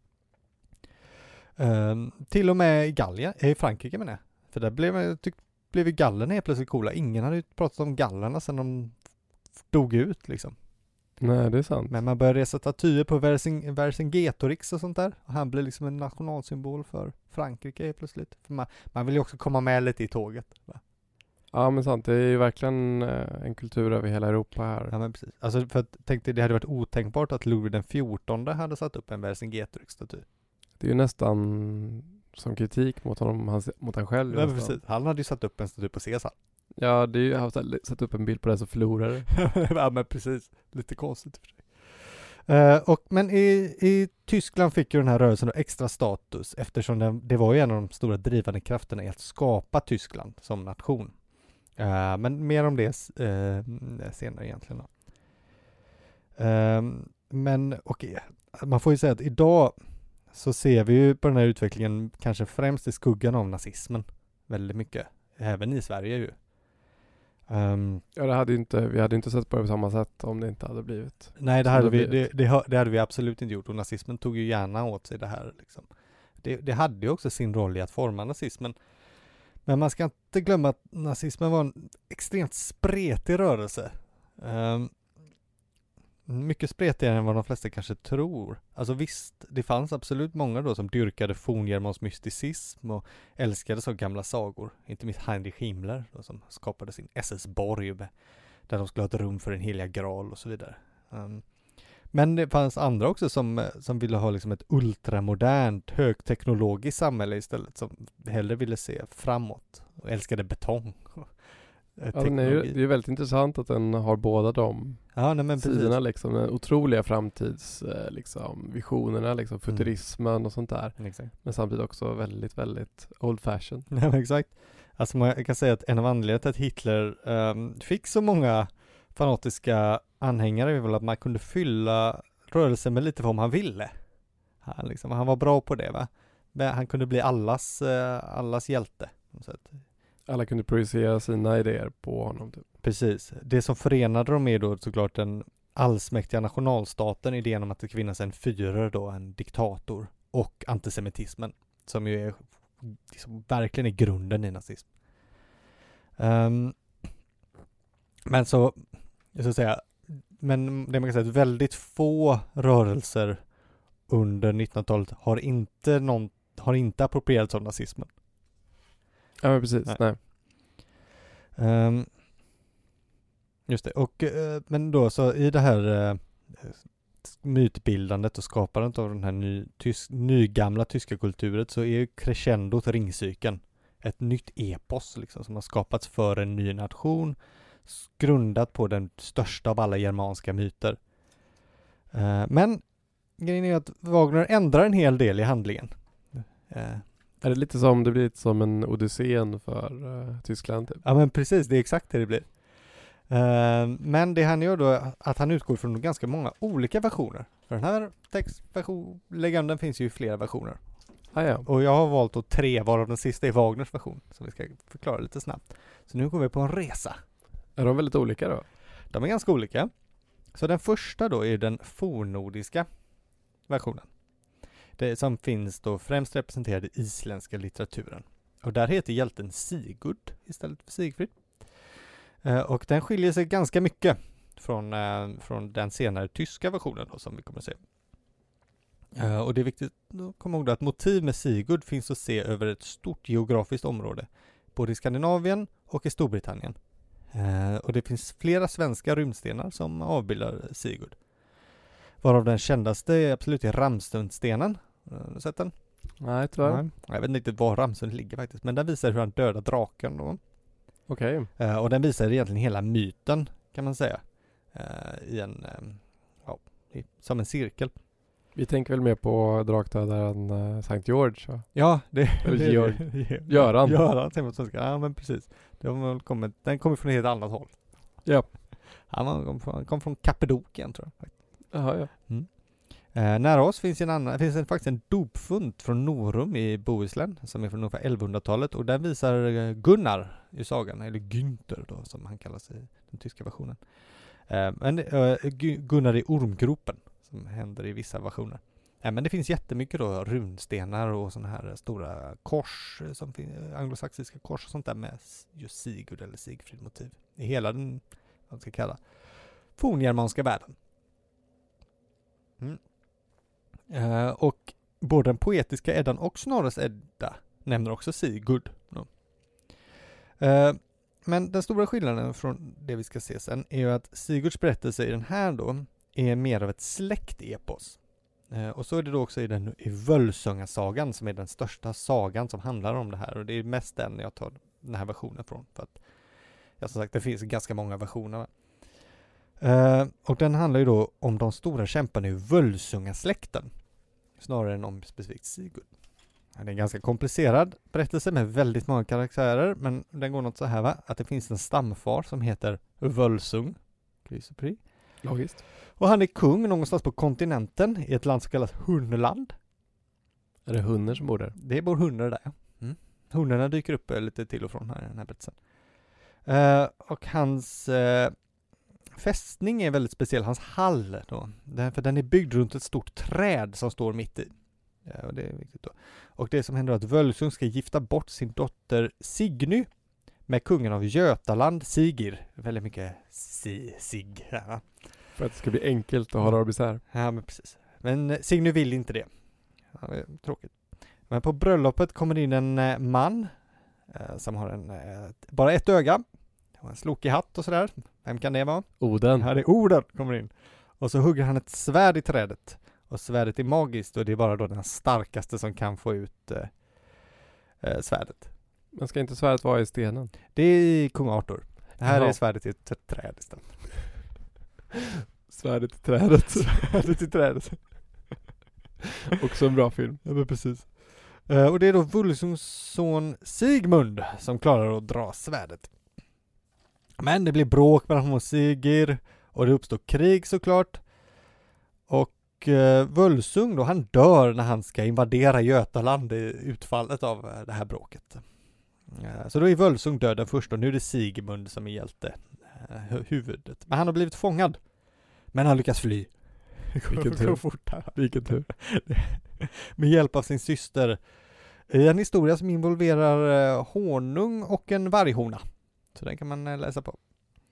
A: Till och med i Gallien, i Frankrike menar jag. För där blev ju gallerna helt plötsligt coola. Ingen hade ju pratat om gallerna sedan de dog ut liksom.
B: Nej, det är sant.
A: Men man började resa statyer på Vercingetorix och sånt där. Och han blev liksom en nationalsymbol för Frankrike helt plötsligt. För man vill ju också komma med lite i tåget. Va?
B: Ja, men sant. Det är ju verkligen en kultur över hela Europa här.
A: Ja, men precis. Alltså för att tänkte det hade varit otänkbart att Ludvig den 14 hade satt upp en Vercingetorix-staty.
B: Det är ju nästan som kritik mot honom, mot han själv.
A: Ja, precis. Han hade ju satt upp en staty på Caesar.
B: Ja, det är ju satt upp en bild på det så förlorare.
A: Ja, men precis. Lite konstigt för sig. Men i Tyskland fick ju den här rörelsen då extra status eftersom det var ju en av de stora drivande krafterna i att skapa Tyskland som nation. Men mer om det senare egentligen. Men okej, man får ju säga att idag så ser vi ju på den här utvecklingen kanske främst i skuggan av nazismen väldigt mycket, även i Sverige ju.
B: Ja, vi hade inte sett på det på samma sätt om det inte hade blivit.
A: Nej, det hade vi absolut inte gjort, och nazismen tog ju gärna åt sig det här liksom. Det hade ju också sin roll i att forma nazismen. Men man ska inte glömma att nazismen var en extremt spretig rörelse. Mycket spretigare än vad de flesta kanske tror. Alltså visst, det fanns absolut många då som dyrkade forngermansk mysticism och älskade så gamla sagor. Inte minst Heinrich Himmler då, som skapade sin SS-borg där de skulle ha ett rum för den heliga graal och så vidare. Men det fanns andra också som ville ha liksom ett ultramodernt, högteknologiskt samhälle istället, som hellre ville se framåt och älskade betong.
B: Ja, det är väldigt intressant att den har båda de sidorna, liksom, den otroliga framtids visionerna, liksom, futurismen och sånt där.
A: Exakt.
B: Men samtidigt också väldigt, väldigt old fashion.
A: Ja, exakt. Alltså man kan säga att en av anledningarna till att Hitler fick så många fanatiska anhängare är väl att man kunde fylla rörelsen med lite vad man ville. Han var bra på det, va? Han kunde bli allas hjälte. Så att
B: alla kunde projicera sina idéer på honom. Typ.
A: Precis. Det som förenade dem är då såklart den allsmäktiga nationalstaten, idén om att det ska finnas en Führer då, en diktator, och antisemitismen, som ju är liksom verkligen i grunden i nazism. Men det man kan säga att väldigt få rörelser under 1900-talet har inte approprierats av nazismen.
B: Ja, men precis. Nej.
A: Just det. Och men då så i det här mytbildandet och skapandet av den här nygamla tyska kulturen, så är ju crescendot ringcykeln ett nytt epos liksom, som har skapats för en ny nation, grundat på den största av alla germanska myter. Men grejen är att Wagner ändrar en hel del i handlingen.
B: Är det blir lite som en Odysseen för Tyskland typ?
A: Ja, men precis, det är exakt det blir. Men det han gör då att han utgår från ganska många olika versioner. För den här legenden finns ju i flera versioner.
B: Ja.
A: Och jag har valt då 3, varav den sista är Wagners version, som vi ska förklara lite snabbt. Så nu går vi på en resa.
B: Är de väldigt olika då?
A: De är ganska olika. Så den första då är den fornnordiska versionen. Det som finns då främst representerad i isländska litteraturen. Och där heter hjälten Sigurd istället för Sigfrid. Och den skiljer sig ganska mycket från den senare tyska versionen då, som vi kommer att se. Och det är viktigt att komma ihåg att motiv med Sigurd finns att se över ett stort geografiskt område, både i Skandinavien och i Storbritannien. Och det finns flera svenska runstenar som avbildar Sigurd. Varav den kändaste är absolut Ramsundstenen. Har du sett den?
B: Nej, tyvärr.
A: Jag vet inte riktigt var Ramsund ligger faktiskt, men den visar hur han dödar draken då.
B: Okej.
A: Och den visar egentligen hela myten, kan man säga. Som en cirkel.
B: Vi tänker väl mer på drakdödaren Sankt George, va?
A: Ja,
B: Göran.
A: Ja, men precis. Den kommer från ett helt annat håll.
B: Ja.
A: Han kom från Kappadokien, tror jag.
B: Jaha, ja.
A: Nära oss finns faktiskt en dopfund från Norum i Bohuslän som är från ungefär 1100-talet, och där visar Gunnar i sagan, eller Günther då, som han kallas i den tyska versionen. Gunnar i ormgropen, som händer i vissa versioner. Men det finns jättemycket då runstenar och sådana här stora kors, som anglosaxiska kors och sånt där med just Sigurd eller Sigfrid motiv i hela den, vad man ska kalla, forngermanska världen. Och både den poetiska Eddan och Snorres Edda nämner också Sigurd. Men den stora skillnaden från det vi ska se sen är ju att Sigurds berättelse i den här då är mer av ett släktepos. Och så är det då också i Völsungasagan, som är den största sagan som handlar om det här. Och det är mest den jag tar den här versionen från. För att, som sagt, det finns ganska många versioner. Och den handlar ju då om de stora kämparna i Völsungasläkten. Snarare än om specifikt Sigurd. Det är en ganska komplicerad berättelse med väldigt många karaktärer. Men den går något så här, va? Att det finns en stamfar som heter Völsung.
B: Logiskt.
A: Och han är kung någonstans på kontinenten i ett land som kallas Hunnerland.
B: Är det hundar som bor där?
A: Det bor hundar där, ja. Hundarna dyker upp lite till och från här i den här berättelsen. Och hans fästning är väldigt speciell. Hans hall då. För den är byggd runt ett stort träd som står mitt i. Och det är viktigt då. Och det som händer är att Völsung ska gifta bort sin dotter Signy med kungen av Götaland, Sigir. Väldigt mycket Sig. Ja.
B: För att det ska bli enkelt att ha dem isär.
A: Ja, men precis. Men Signy vill inte det. Ja, det är tråkigt. Men på bröllopet kommer in en man som har bara ett öga. En slokig hatt och sådär. Vem kan det vara?
B: Oden.
A: Här är Oden kommer in. Och så hugger han ett svärd i trädet. Och svärdet är magiskt och det är bara då den starkaste som kan få ut svärdet.
B: Men ska inte svärdet vara i stenen?
A: Det är kung Arthur. Det här är svärdet i ett träd istället.
B: Svärdet i trädet.
A: Svärdet i trädet.
B: Också en bra film.
A: Ja, men precis. Och det är då Völsungs son Sigmund som klarar att dra svärdet. Men det blir bråk mellan honom och Sigir och det uppstår krig såklart. Och Völsung då, han dör när han ska invadera Götaland i utfallet av det här bråket. Så då är Völsung död den första och nu är det Sigmund som är hjälte, huvudet. Men han har blivit fångad. Men han lyckas fly.
B: Vilken tur.
A: Med hjälp av sin syster i en historia som involverar honung och en varghona. Så den kan man läsa på.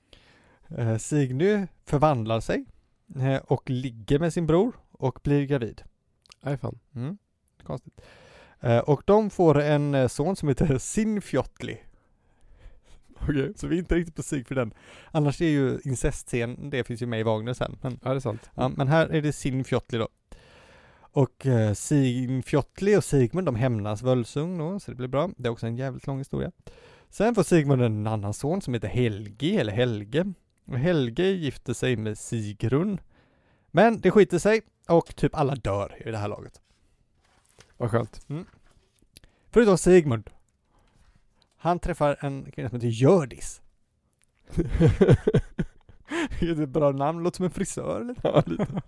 A: Signy förvandlar sig och ligger med sin bror och blir gravid.
B: Nej fan.
A: Konstigt. Och de får en son som heter Sinfjotli. Okej, så vi är inte riktigt på sig för den. Annars är ju incestscen, det finns ju med i Wagner sen. Men,
B: ja, det är sant.
A: Ja, men här är det Sinfjotli då. Och Sinfjotli och Sigmund, de hämnas Völsung då, så det blir bra. Det är också en jävligt lång historia. Sen får Sigmund en annan son som heter Helge. Och Helge gifter sig med Sigrun. Men det skiter sig och typ alla dör i det här laget.
B: Vad skönt.
A: Förutom Sigmund. Han träffar en kvinna som heter Hjördis. Det är ett bra namn, låter som en frisör eller?
B: Ja, lite.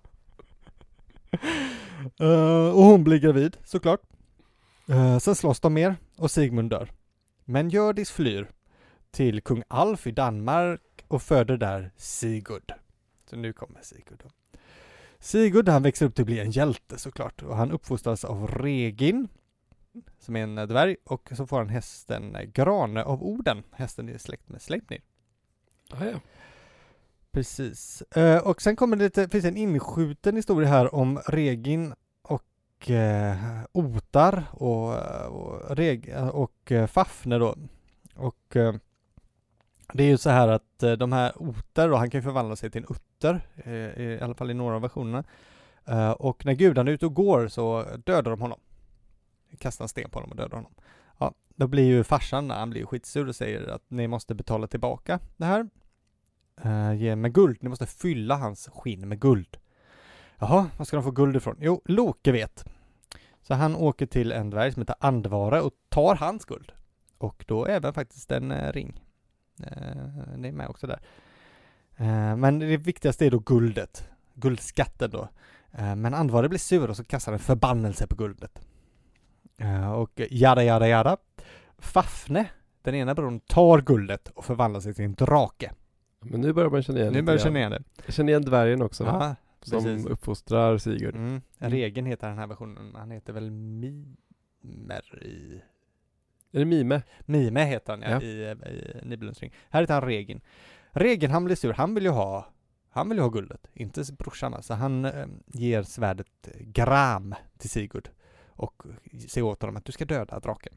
A: Och hon blir gravid, såklart. Sen slåss de mer och Sigmund dör. Men Hjördis flyr till kung Alf i Danmark och föder där Sigurd. Så nu kommer Sigurd då. Sigurd, han växer upp till att bli en hjälte såklart. Och han uppfostras av Regin, som är en dvärg. Och så får han hästen Grane av Oden. Hästen är släkt med Sleipnir.
B: Ah, ja.
A: Precis. Och sen kommer det finns en inskjuten historia här om Regin och Otar och Fafner då. Och det är ju så här att de här Otar då, han kan ju förvandla sig till en utter, i alla fall i några av versionerna. Och när gudarna är ute och går så dödar de honom. Kastar en sten på honom och dödar honom. Ja, då blir ju farsan, han blir skitsur och säger att ni måste betala tillbaka det här. Ge med guld, ni måste fylla hans skinn med guld. Jaha, vad ska de få guld ifrån? Jo, Loke vet. Så han åker till en dvärg som heter Andvara och tar hans guld. Och då även faktiskt en ring. Det är med också där. Men det viktigaste är då guldet. Guldskatten då. Men Andvara blir sur och så kastar en förbannelse på guldet. Och jada. Fafne, den ena brodern, tar guldet och förvandlar sig till en drake.
B: Men nu börjar man känna igen det.
A: Jag
B: känner igen dvärgen också.
A: Ja,
B: som uppfostrar Sigurd.
A: Regen heter den här versionen. Han heter väl Mimer i...
B: Är det Mime?
A: Mime heter han, ja. I Nibelungens ring. Här heter han Regin. Regin, han blir sur. Han vill ju ha guldet. Inte brorsan. Så han ger svärdet Gram till Sigurd. Och säger åt honom att du ska döda draken.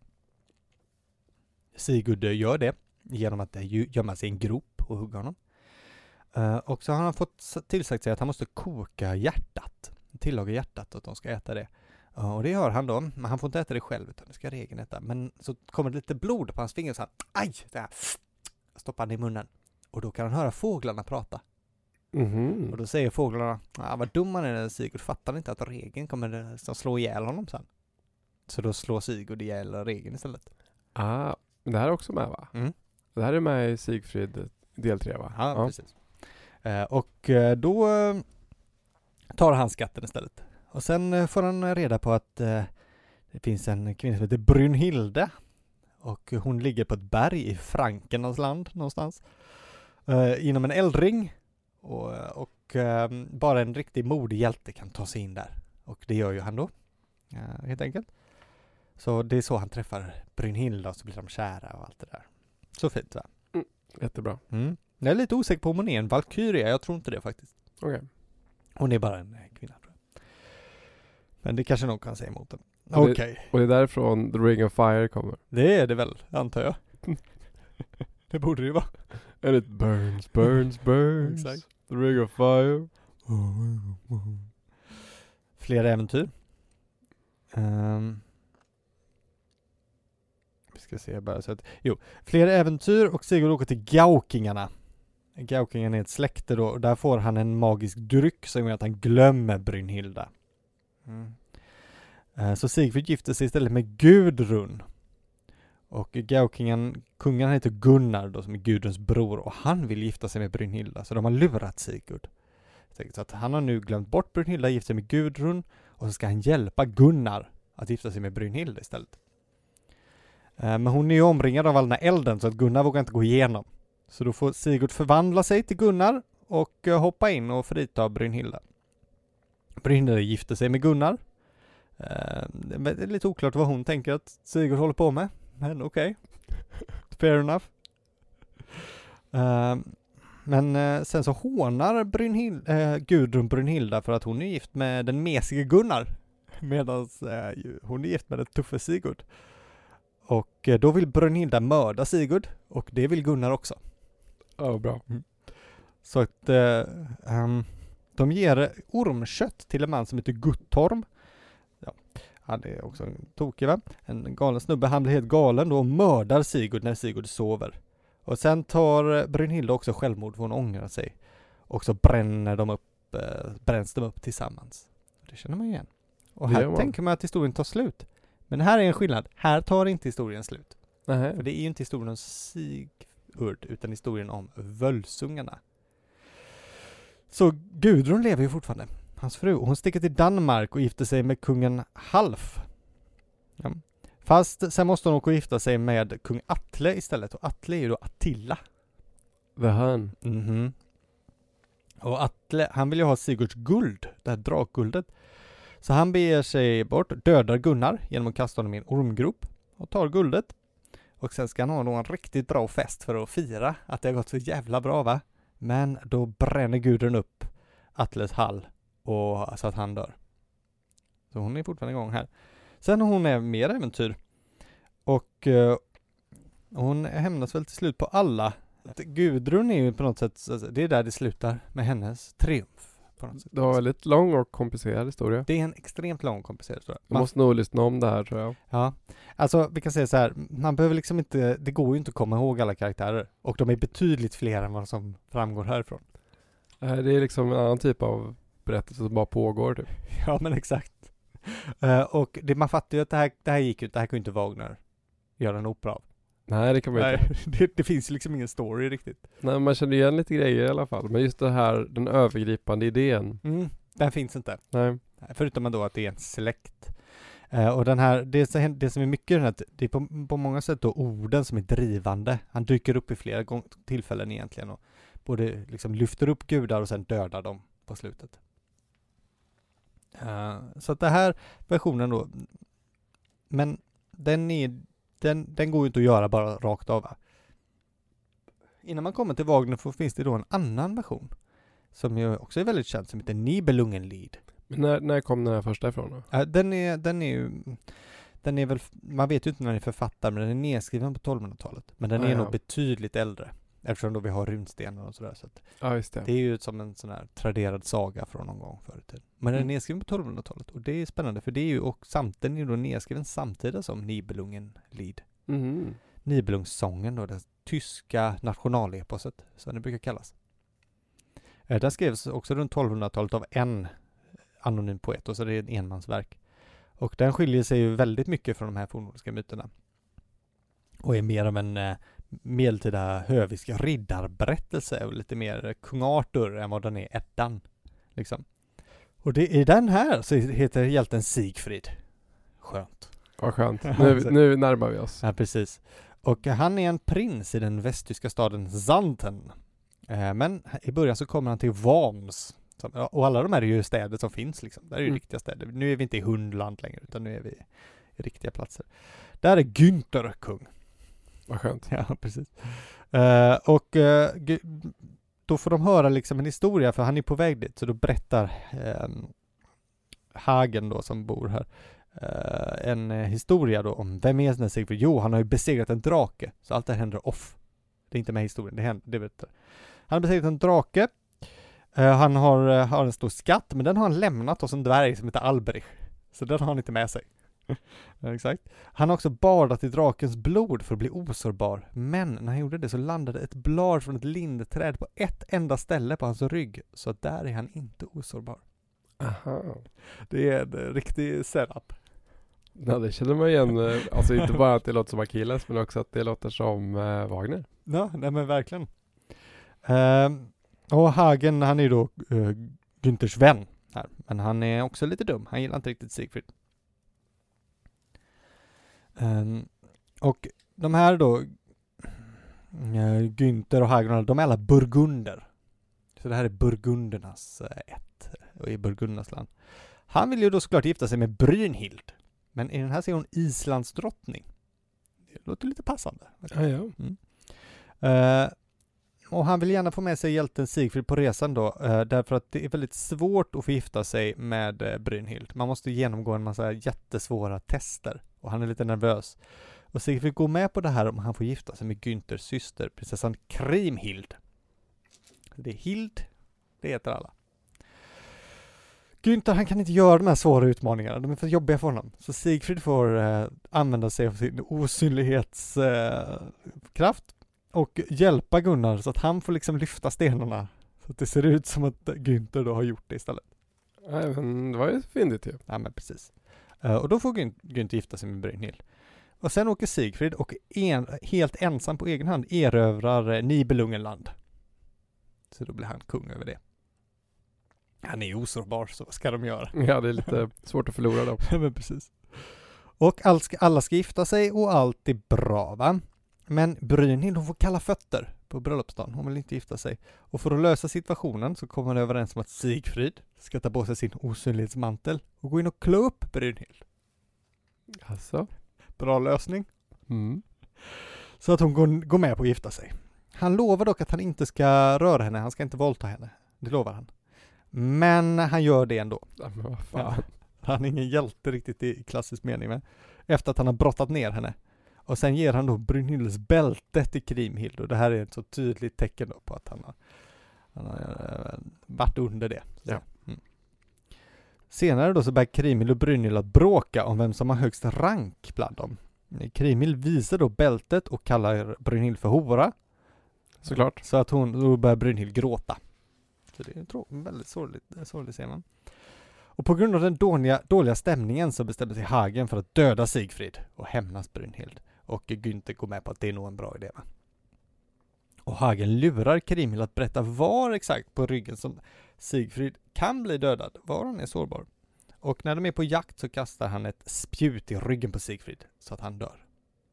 A: Sigurd gör det genom att gömma sig i en grop och hugga honom. Och så har han fått tillsagt sig att han måste koka hjärtat. Tillaga hjärtat och att de ska äta det. Och det gör han då. Men han får inte äta det själv utan det ska Regin äta. Men så kommer det lite blod på hans finger så han, aj! Det här. Stoppar han i munnen. Och då kan han höra fåglarna prata. Och då säger fåglarna, vad dum han är, Sigurd fattar inte att regeln kommer att slå ihjäl honom sen. Så då slår Sigurd ihjäl regeln istället.
B: Det här är också med, va? Det här är med i Sigfrid del 3, va?
A: Ja. Precis. Och då tar han skatten istället. Och sen får han reda på att det finns en kvinna som heter Brynhilde. Och hon ligger på ett berg i Frankernas land någonstans. Inom en eldring. Och bara en riktig modig hjälte kan ta sig in där. Och det gör ju han då. Helt enkelt. Så det är så han träffar Brynhilde och så blir de kära och allt det där. Så fint, va?
B: Jättebra.
A: Jag är lite osäker på om hon är en valkyria. Jag tror inte det faktiskt.
B: Okej.
A: Hon är bara en kvinna, tror jag. Men det kanske någon kan säga emot den. Okej.
B: Och det är därifrån The Ring of Fire kommer.
A: Det är det väl, antar jag. Det borde det ju vara.
B: And it burns, burns, burns.
A: Exakt.
B: The Ring of Fire.
A: Fler äventyr. Vi ska se bara så att... fler äventyr och Sigurd åker till Gaukingarna. Gaukingarna är ett släkte då. Och där får han en magisk dryck som gör att han glömmer Brynhilda. Så Sigfrid gifter sig istället med Gudrun. Och kungen heter Gunnar då, som är Gudruns bror. Och han vill gifta sig med Brynhilda. Så de har lurat Sigurd. Så att han har nu glömt bort Brynhilda, gift sig med Gudrun. Och så ska han hjälpa Gunnar att gifta sig med Brynhilda istället. Men hon är ju omringad av all den här elden så att Gunnar vågar inte gå igenom. Så då får Sigurd förvandla sig till Gunnar och hoppa in och frita Brynhilda. Brynhilda gifter sig med Gunnar. Det är lite oklart vad hon tänker att Sigurd håller på med. Men okej. Fair enough. Men sen så hånar Gudrun Brynhilda för att hon är gift med den mesige Gunnar. Medan hon är gift med den tuffa Sigurd. Och då vill Brynhilda mörda Sigurd. Och det vill Gunnar också.
B: Bra.
A: Så att de ger ormkött till en man som heter Guttorm. Han är också en tokig, va? En galen snubbe. Han blir helt galen då och mördar Sigurd när Sigurd sover. Och sen tar Brynhilda också självmord för hon ångrar sig. Och så bränns de upp tillsammans. Det känner man igen. Och här tänker man att historien tar slut. Men här är en skillnad. Här tar inte historien slut. För det är ju inte historien om Sigurd utan historien om Völsungarna. Så Gudrun lever ju fortfarande. Hans fru. Hon sticker till Danmark och gifter sig med kungen Half. Ja. Fast sen måste hon åka och gifta sig med kung Atle istället. Och Atle är ju då Attila.
B: The Hun.
A: Och Atle, han vill ju ha Sigurds guld. Det här drakguldet. Så han beger sig bort, dödar Gunnar genom att kasta honom i en ormgrop. Och tar guldet. Och sen ska han ha en riktigt bra fest för att fira att det har gått så jävla bra, va? Men då bränner Gudrun upp Atles hall. Och så att han dör. Så hon är fortfarande igång här. Sen har hon är mer äventyr. Och hon hämnas väl till slut på alla. Gudrun är ju på något sätt, det är där det slutar med hennes triumf. På något sätt.
B: Det var väldigt lång och komplicerad historia.
A: Det är en extremt lång och komplicerad historia.
B: Man måste nog lyssna om det här, tror jag.
A: Ja, alltså vi kan säga så här. Man behöver liksom inte, det går ju inte att komma ihåg alla karaktärer. Och de är betydligt fler än vad som framgår härifrån.
B: Det är liksom en annan typ av berättelse som bara pågår typ.
A: Ja, men exakt. Och man fattar ju att det här gick ut. Det här kunde inte Wagner göra en opera av.
B: Nej, det kan man inte.
A: Det finns ju liksom ingen story riktigt.
B: Nej, man känner igen lite grejer i alla fall. Men just det här, den övergripande idén.
A: Den finns inte.
B: Nej.
A: Förutom då att det är en släkt. Och den här, det som är mycket är att det är på många sätt då orden som är drivande. Han dyker upp i flera tillfällen egentligen. Och både liksom lyfter upp gudar och sen dödar dem på slutet. Så att det här versionen då, men den går ju inte att göra bara rakt av. Innan man kommer till Wagner finns det då en annan version som ju också är väldigt känd som heter Nibelungenlied.
B: Men när kom den här första ifrån då?
A: Den är väl, man vet ju inte när den är författad, men den är nedskriven på 1200-talet. Men den är nog betydligt äldre. Eftersom då vi har runstenar och sådär. Så
B: just det.
A: Det är ju som en sån här traderad saga från någon gång förut. Men den är nedskriven på 1200-talet. Och det är spännande för det är ju den är ju då nedskriven samtidigt som Nibelungenlied. Nibelungssången då, det tyska nationaleposet som det brukar kallas. Den skrevs också runt 1200-talet av en anonym poet, och så det är ett enmansverk. Och den skiljer sig ju väldigt mycket från de här fornnordiska myterna. Och är mer av en medeltida hövisk riddarberättelse och lite mer kung Arthur än vad den är Eddan. Liksom. Och det är den här så heter hjälten Sigfrid. Skönt.
B: Vad skönt. Nu närmar vi oss.
A: Ja, precis. Och han är en prins i den västtyska staden Xanten. Men i början så kommer han till Worms. Och alla de här är ju städer som finns liksom. Där är ju riktiga städer. Nu är vi inte i Hundland längre, utan nu är vi i riktiga platser. Där är Günther kung.
B: Vad skönt.
A: Ja, precis. Då får de höra liksom en historia, för han är på väg dit. Så då berättar Hagen då, som bor här, en historia då om vem är den här Sigfrid? Jo, han har ju besegrat en drake. Så allt det här händer off. Det är inte med i historien, det händer, det berättar. Han har besegrat en drake. Han har en stor skatt, men den har han lämnat hos en dvärg som heter Alberich. Så den har han inte med sig. Exakt. Han har också badat i drakens blod för att bli osårbar. Men när han gjorde det så landade ett blad från ett lindträd på ett enda ställe på hans rygg. Så där är han inte osårbar.
B: Aha.
A: Det är en riktig setup.
B: Ja, det känner man igen. Alltså inte bara att det låter som Achilles, men också att det låter som Wagner.
A: Ja, nej men verkligen. Och Hagen, han är ju då Günthers vän här. Men han är också lite dum. Han gillar inte riktigt Sigfrid. Och de här då Günther och Hagen, de är alla burgunder. Så det här är burgundernas ett och i burgundernas land. Han vill ju då såklart gifta sig med Brynhild. Men i den här ser hon Islands drottning. Det låter lite passande.
B: Ja.
A: Och han vill gärna få med sig hjälten Sigfrid på resan då. Därför att det är väldigt svårt att få gifta sig med Brynhild. Man måste genomgå en massa jättesvåra tester. Och han är lite nervös. Och Sigfrid går med på det här om han får gifta sig med Günthers syster, prinsessan Kriemhild. Det är Hild, det heter alla. Günther, han kan inte göra de här svåra utmaningarna. De är för jobbiga för honom. Så Sigfrid får använda sig av sin osynlighetskraft och hjälpa Gunnar så att han får liksom lyfta stenarna. Så att det ser ut som att Günther då har gjort det istället.
B: Nej, men det var ju fyndigt ju.
A: Ja, men precis. Och då får Günther gifta sig med Brynhild. Och sen åker Sigfrid och helt ensam på egen hand erövrar Nibelungenland. Så då blir han kung över det. Han är osårbar, så vad ska de göra?
B: Ja, det är lite svårt att förlora då.
A: Men precis. Och alla ska gifta sig och allt är bra, va? Men Brynhild, hon får kalla fötter på bröllopsdagen. Hon vill inte gifta sig. Och för att lösa situationen så kommer man överens om att Sigfrid ska ta på sig sin osynlighetsmantel och gå in och klå upp Brynhild.
B: Alltså?
A: Bra lösning.
B: Mm.
A: Så att hon går med på att gifta sig. Han lovar dock att han inte ska röra henne. Han ska inte våldta henne. Det lovar han. Men han gör det ändå.
B: Ja, men vad fan.
A: Ja, han är ingen hjälte riktigt i klassisk mening. Men efter att han har brottat ner henne. Och sen ger han då Brynhilds bälte till Kriemhild. Och det här är ett så tydligt tecken då på att han har varit under det.
B: Ja.
A: Mm. Senare då så börjar Kriemhild och Brynhild att bråka om vem som har högst rank bland dem. Kriemhild visar då bältet och kallar Brynhild för hora.
B: Såklart.
A: Så att då börjar Brynhild gråta. Så det är väldigt sorgligt ser man. Och på grund av den dåliga stämningen så bestämmer sig Hagen för att döda Sigfrid och hämnas Brynhild. Och Günther går med på att det är nog en bra idé, va? Och Hagen lurar Kriemhild att berätta var exakt på ryggen som Sigfrid kan bli dödad, var han är sårbar. Och när de är på jakt så kastar han ett spjut i ryggen på Sigfrid så att han dör.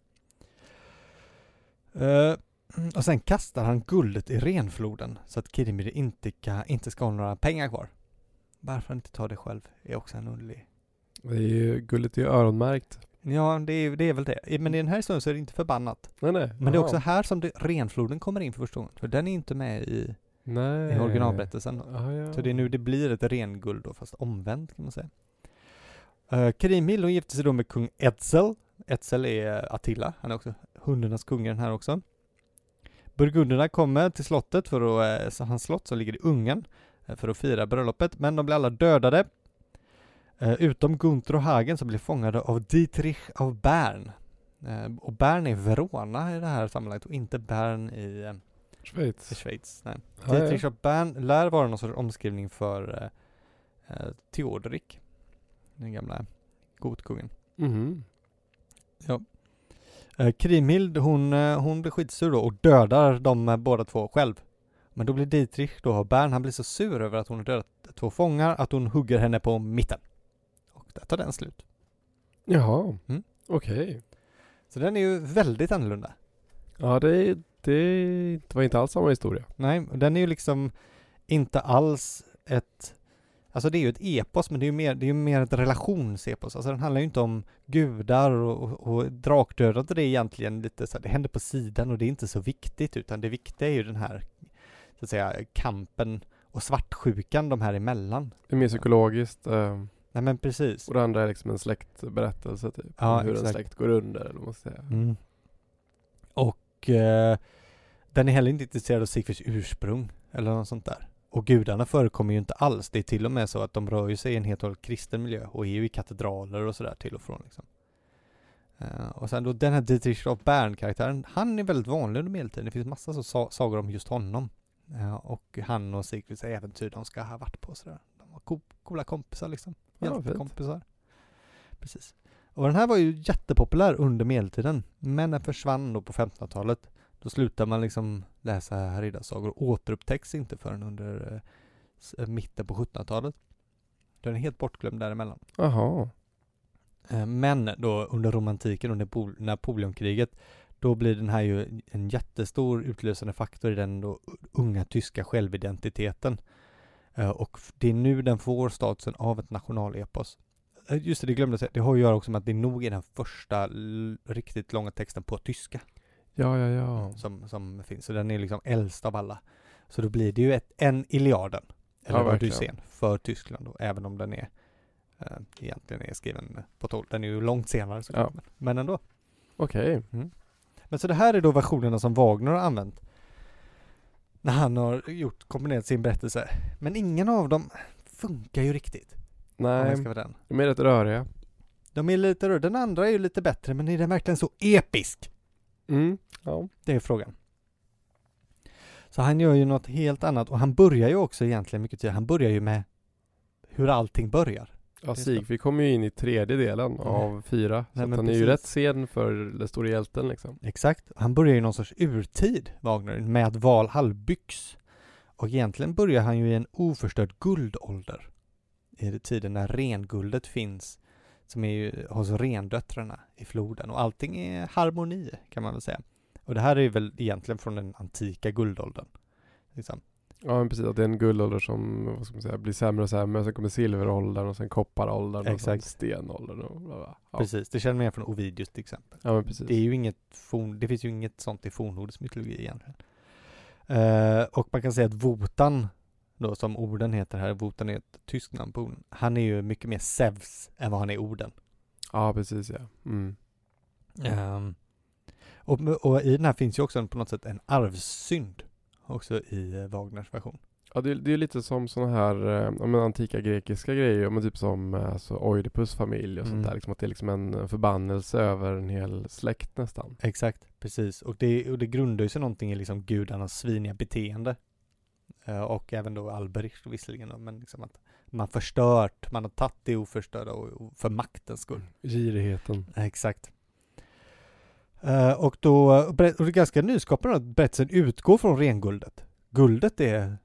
A: Och sen kastar han guldet i renfloden så att Kriemhild inte ska ha några pengar kvar. Varför han inte tar det själv är också en underlig.
B: Det är ju, guldet är ju öronmärkt.
A: Ja, det är väl det. Men i den här stunden så är det inte förbannat.
B: Nej.
A: Men det är också här som renfloden kommer in för första gången. För den är inte med i originalberättelsen.
B: Ja.
A: Så det är nu det blir ett renguld då, fast omvänt kan man säga. Kriemhild gifte sig då med kung Edsel. Edsel är Attila. Han är också hundarnas kung här också. Burgunderna kommer till slottet så hans slott som ligger i Ungern för att fira bröllopet. Men de blir alla dödade. Utom Günther och Hagen som blir fångade av Dietrich av Bern. Och Bern är Verona i det här sammanhanget och inte Bern i Schweiz. Nej.
B: Ja,
A: Dietrich av Bern lär vara någon sorts omskrivning för Theodorik. Den gamla gotkungen.
B: Mhm.
A: Ja. Kriemhild, hon blir skitsur då och dödar de båda två själv. Men då blir Dietrich då av Bern, han blir så sur över att hon har dödat 2 fångar att hon hugger henne på mitten. Och där tar den slut.
B: Jaha,
A: Mm.
B: okej.
A: Så den är ju väldigt annorlunda.
B: Ja, det var inte alls samma historia.
A: Nej, den är ju liksom inte alls ett... Alltså det är ju ett epos, men det är ju mer ett relationsepos. Alltså den handlar ju inte om gudar och drakdödande. Det är egentligen lite så här, det händer på sidan och det är inte så viktigt, utan det viktiga är ju den här, så att säga, kampen och svartsjukan de här emellan.
B: Det är mer psykologiskt.
A: Nej men precis.
B: Och det andra är liksom en släktberättelse typ.
A: Ja,
B: hur
A: exakt.
B: en släkt går under, eller vad man ska säga.
A: Mm. Och den är heller inte intresserad av Sigfrids ursprung eller något sånt där. Och gudarna förekommer ju inte alls. Det är till och med så att de rör ju sig i en helt och hållet kristen miljö och är ju i katedraler och sådär till och från liksom. Och sen då den här Dietrich av Bern-karaktären, han är väldigt vanlig under medeltiden. Det finns massa så sagor om just honom. Och han och Sigfrids äventyr de ska ha varit på sådär. De var coola kompisar liksom. Hjältekompisar. Precis. Och den här var ju jättepopulär under medeltiden. Men den försvann då på 1500-talet. Då slutar man liksom läsa riddarsagor och återupptäcks inte förrän under mitten på 1700-talet. Den är helt bortglömd däremellan.
B: Jaha.
A: Men då under romantiken och Napoleonkriget, då blir den här ju en jättestor utlösande faktor i den då unga tyska självidentiteten. Och det är nu den får statusen av ett nationalepos. Just det glömde jag säga. Det har att göra också med att det nog är den första riktigt långa texten på tyska.
B: Ja.
A: Som finns. Så den är liksom äldst av alla. Så då blir det ju en Iliaden. Eller Odysseen för Tyskland då, även om den är egentligen är skriven på 12. Den är ju långt senare så men ändå.
B: Okej.
A: Mm. Men så det här är då versionerna som Wagner har använt när han har komponerat sin berättelse. Men ingen av dem funkar ju riktigt.
B: Nej, de är rätt röriga.
A: De är lite röriga. Den andra är ju lite bättre, men är den verkligen så episk?
B: Ja.
A: Det är frågan. Så han gör ju något helt annat. Och han börjar ju också egentligen mycket tid. Han börjar ju med hur allting börjar.
B: Ja, Sigfrid kommer ju in i 3:e delen av 4. Så han är ju rätt sen för den stora hjälten liksom.
A: Exakt. Han börjar ju någon sorts urtid, Wagner, med att Valhall byggs. Och egentligen börjar han ju i en oförstörd guldålder. I det tiden när renguldet finns, som är ju hos rendöttrarna i floden. Och allting är harmoni, kan man väl säga. Och det här är väl egentligen från den antika guldåldern. Liksom.
B: Ja, men precis. Att det är en guldålder som, vad ska man säga, blir sämre och sämre. Sen kommer silveråldern och sen kopparåldern.
A: Exakt.
B: Och sen stenåldern. Och bla bla. Ja.
A: Precis, det känner man igen från Ovidius till exempel.
B: Ja, men precis.
A: Det är ju det finns ju inget sånt i fornnordisk mytologi egentligen. Och man kan säga att Wotan, då som orden heter här, Wotan är ett tyskt namn på orden. Han är ju mycket mer Zeus än vad han är orden.
B: Ja, precis, ja.
A: Och i den här finns ju också på något sätt en arvssynd också i Wagners version.
B: Ja, det är lite som såna här antika grekiska grejer, men typ som Oidipus familj och sånt där. Liksom, att det är liksom en förbannelse över en hel släkt nästan.
A: Exakt, precis. Och det grundar ju sig någonting i liksom gudarnas sviniga beteende. Och även då Alberich visserligen då, men liksom att man har tagit det oförstörda och för maktens skull.
B: Girigheten.
A: Exakt. Och det är ganska nyskapande att berättelsen utgår från renguldet. Guldet är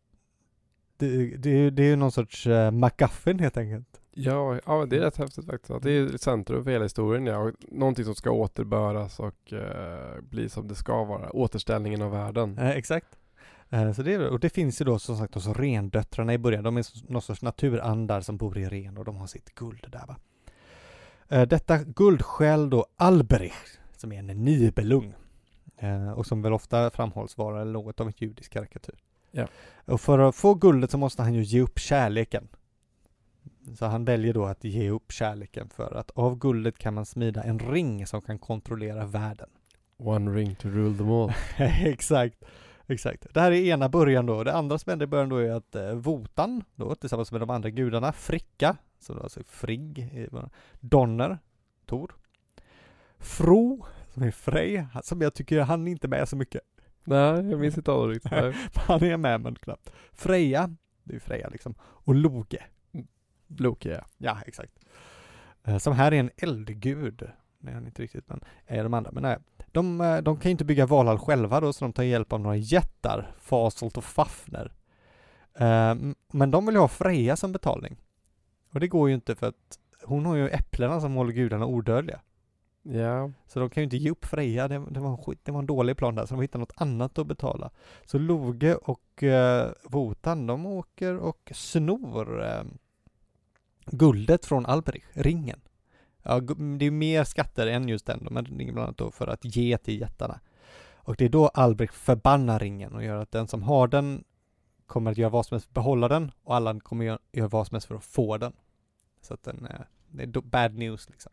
A: ju någon sorts MacGuffin helt enkelt.
B: Ja, det är rätt häftigt faktiskt. Det är centrum för hela historien, ja. Och någonting som ska återböras och bli som det ska vara. Återställningen av världen.
A: Exakt. Så det finns ju då som sagt hos rendöttrarna i början. De är någon sorts naturandar som bor i ren och de har sitt guld där, va. Detta guldskäl då Alberich, som är en Nibelung. Och som väl ofta framhålls vara något av en judisk karikatyr.
B: Ja.
A: Och för att få guldet så måste han ju ge upp kärleken. Så han väljer då att ge upp kärleken, för att av guldet kan man smida en ring som kan kontrollera världen.
B: One ring to rule them all.
A: Exakt. Det här är ena början då. Det andra som händer i början då är att Wotan då tillsammans med de andra gudarna, Fricka, som alltså Frigg, Donner, Tor, Fro, som är Frej, som jag tycker han inte med så mycket.
B: Nej, jag minns inte av det riktigt.
A: Han är med men knappt. Freja, det är ju Freja liksom. Och Loke.
B: Loke, ja.
A: Ja, exakt. Som här är en eldgud. Nej, han inte riktigt, men är de andra. Men nej. De kan ju inte bygga Valhall själva då, så de tar hjälp av några jättar. Fasolt och Fafner. Men de vill ha Freja som betalning. Och det går ju inte för att hon har ju äpplena som håller gudarna odödliga.
B: Ja.
A: Så de kan ju inte ge upp Freja. Det var en dålig plan där. Så de hittar något annat att betala. Så Loge och Wotan, de åker och snor guldet från Alberich, ringen. Ja, det är mer skatter än just den. Men det är bland annat då för att ge till jättarna. Och det är då Alberich förbannar ringen och gör att den som har den kommer att göra vad som helst för att behålla den. Och alla kommer att göra vad som helst för att få den. Så att det är bad news liksom.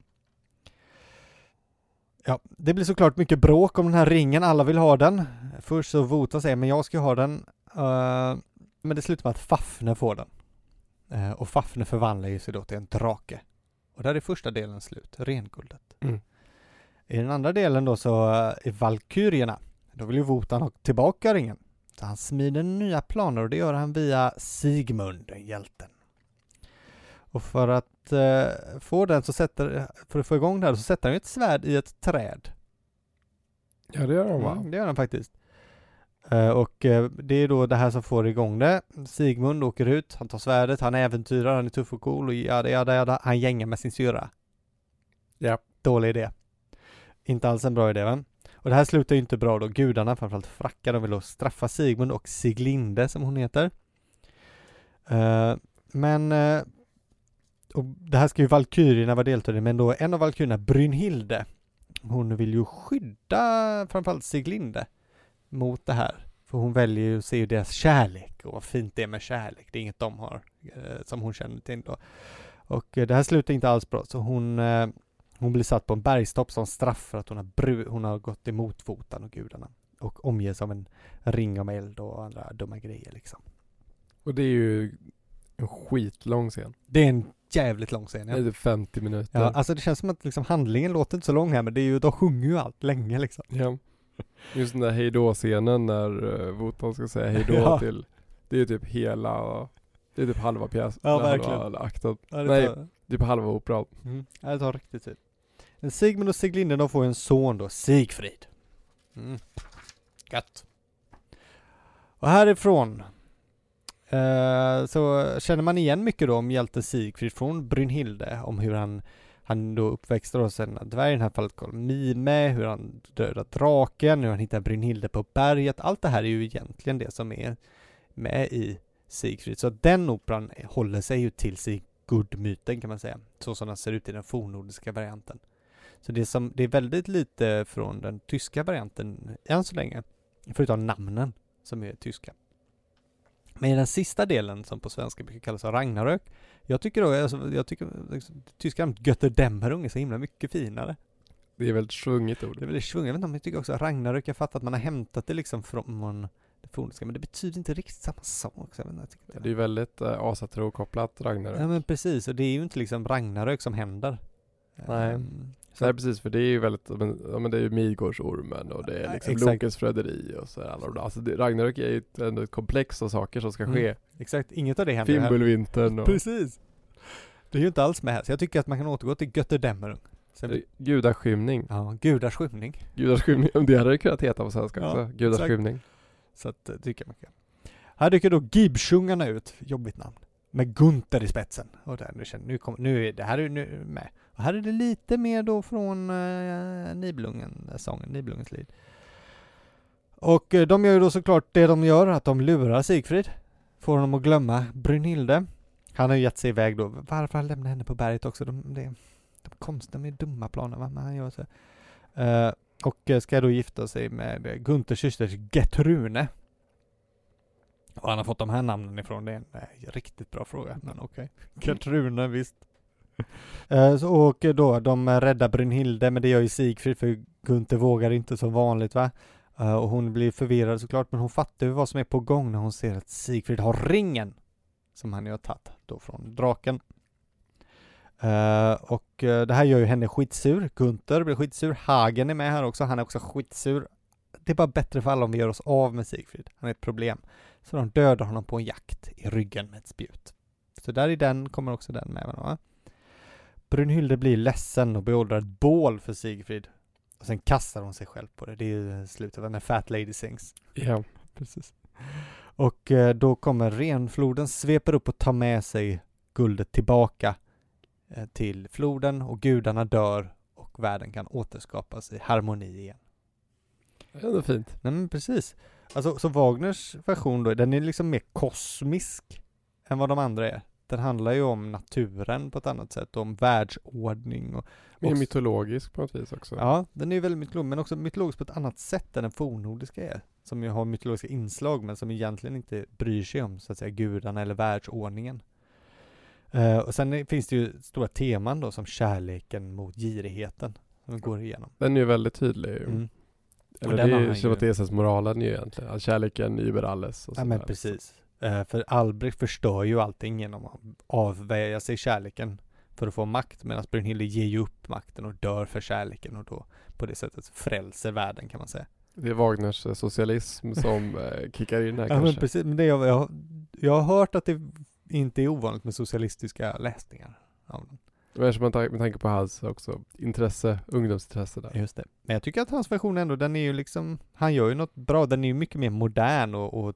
A: Ja, det blir såklart mycket bråk om den här ringen. Alla vill ha den. Först så Wotan säger, men jag ska ha den. Men det slutar med att Fafner får den. Och Fafner förvandlar ju sig då till en drake. Och där är första delen slut. Renguldet. I den andra delen då så är Valkyrierna. Då vill ju Wotan ha tillbaka ringen. Så han smider nya planer och det gör han via Sigmund, hjälten. Och för att få den för att få igång det här så sätter han ett svärd i ett träd.
B: Ja, det gör han va?
A: Det gör han faktiskt. Och det är då det här som får igång det. Sigmund åker ut, han tar svärdet, han äventyrar, han är tuff och cool och jada. Han gängar med sin syra.
B: Ja.
A: Dålig idé. Inte alls en bra idé, va? Och det här slutar ju inte bra då. Gudarna, framförallt Fracka, de vill då straffa Sigmund och Siglinde som hon heter. Och det här ska ju Valkyrierna vara deltagare, men då en av Valkyrierna, Brynhilde, hon vill ju skydda framförallt Siglinde mot det här. För hon väljer ju att se deras kärlek och vad fint det är med kärlek. Det är inget de har som hon känner till då. Och det här slutar inte alls bra, så hon blir satt på en bergstopp som straff för att hon har gått emot Wotan och gudarna. Och omges av en ring om eld och andra dumma grejer liksom.
B: Och det är ju en skitlång scen.
A: Det är en jävligt lång scen. Ja.
B: Det är 50 minuter.
A: Ja, alltså det känns som att liksom handlingen låter inte så lång här, men det är ju, de sjunger ju allt länge liksom.
B: Ja. Just den där hejdå-scenen när Wotan ska säga hejdå till, det är typ det är typ halva pjäs.
A: Ja, verkligen.
B: Halva akten.
A: Ja,
B: Nej, typ halva operan.
A: Ja, det tar riktigt tid. Men Sigmund och Siglinde, de får en son då, Sigfrid. Gött. Och härifrån så känner man igen mycket då om hjälten Sigfrid från Brynhilde, om hur han då uppväxte då sen dvärgen i det här fallet kallad Mime, hur han dödade draken, hur han hittar Brynhilde på berget. Allt det här är ju egentligen det som är med i Sigfrid. Så den operan håller sig ju till Sigurd-myten kan man säga. Så som den ser ut i den fornnordiska varianten. Så det är väldigt lite från den tyska varianten än så länge. Förutom namnen som är tyska. Men i den sista delen som på svenska brukar kallas Ragnarök. Jag tycker tyska namnet Götterdämmerung är så himla mycket finare.
B: Det är väldigt svunget ord.
A: Det är väldigt svunget. Jag vet inte om jag tycker också Ragnarök, jag fattar att man har hämtat det liksom från det forniska, men det betyder inte riktigt samma sak.
B: Det är väldigt asatro-kopplat Ragnarök.
A: Ja men precis, och det är ju inte liksom Ragnarök som händer.
B: Nej. Nej precis, för det är ju väldigt, men det är ju Midgårdsormen och det är liksom Lokes fröderi och så alla de där. Alltså Ragnarök är ju ett komplex av saker som ska ske.
A: Exakt, inget av det händer
B: Fimbulvintern och...
A: Precis. Det är ju inte alls med här, så jag tycker att man kan återgå till Götterdämmerung.
B: Gudaskymning.
A: Ja, gudaskymning.
B: Gudaskymning, det hade det kunnat heta på svenska också. Gudaskymning.
A: Så att det tycker jag mycket. Här dyker då Gibshungarna ut, jobbigt namn. Med Gunther i spetsen. Och där, nu är det här är nu med. Och här är det lite mer då från Nibelungens liv. Och de gör ju då såklart det de gör, att de lurar Sigfrid. Får honom att glömma Brynhilde. Han har ju gett sig iväg då. Varför han lämnar henne på berget också? De är dumma planer, va? Men han gör så. Och ska då gifta sig med Gunthers syster Getrune. Och han har fått de här namnen ifrån. Det är en riktigt bra fråga, men okej. Getrune, visst. Och då, de räddar Brynhilde, men det gör ju Sigfrid, för Gunther vågar inte som vanligt, va? Och hon blir förvirrad såklart, men hon fattar ju vad som är på gång när hon ser att Sigfrid har ringen som han ju har tagit då från draken. Och det här gör ju henne skitsur. Gunther blir skitsur. Hagen är med här också. Han är också skitsur. det är bara bättre för alla om vi gör oss av med Sigfrid. Han är ett problem. Så de dödar honom på en jakt i ryggen med ett spjut. Så där i den kommer också den med. Va? Brunhilde blir ledsen och beordrar ett bål för Sigfrid. Och sen kastar hon sig själv på det. Det är ju slutet när Fat Lady sings.
B: Ja,
A: precis. Och då kommer renfloden, sveper upp och tar med sig guldet tillbaka till floden. Och gudarna dör och världen kan återskapas i harmoni igen.
B: Det är fint.
A: Nej, men precis. Alltså, så Wagners version då, den är liksom mer kosmisk än vad de andra är. Den handlar ju om naturen på ett annat sätt, om världsordning. Och
B: mer mytologisk på något vis också.
A: Ja, den är ju väldigt mytologisk, men också mytologisk på ett annat sätt än den fornnordiska är. Som ju har mytologiska inslag, men som egentligen inte bryr sig om så att säga gudarna eller världsordningen. Och sen finns det ju stora teman då, som kärleken mot girigheten, som går igenom.
B: Den är ju väldigt tydlig.
A: Mm.
B: Eller det är ju sympatisesmoralen ju egentligen. Att kärleken über alles. Och
A: ja, men precis. För Albrecht förstör ju allting genom att avväga sig kärleken för att få makt, medan Brunhilde ger ju upp makten och dör för kärleken och då på det sättet frälser världen, kan man säga.
B: Det är Wagners socialism som kickar in här
A: ja,
B: kanske.
A: Men precis, men det jag har hört att det inte är ovanligt med socialistiska läsningar av den.
B: Med tanke på hans också ungdomsintresse där.
A: Just det. Men jag tycker att hans version ändå, den är ju liksom, han gör ju något bra, den är ju mycket mer modern och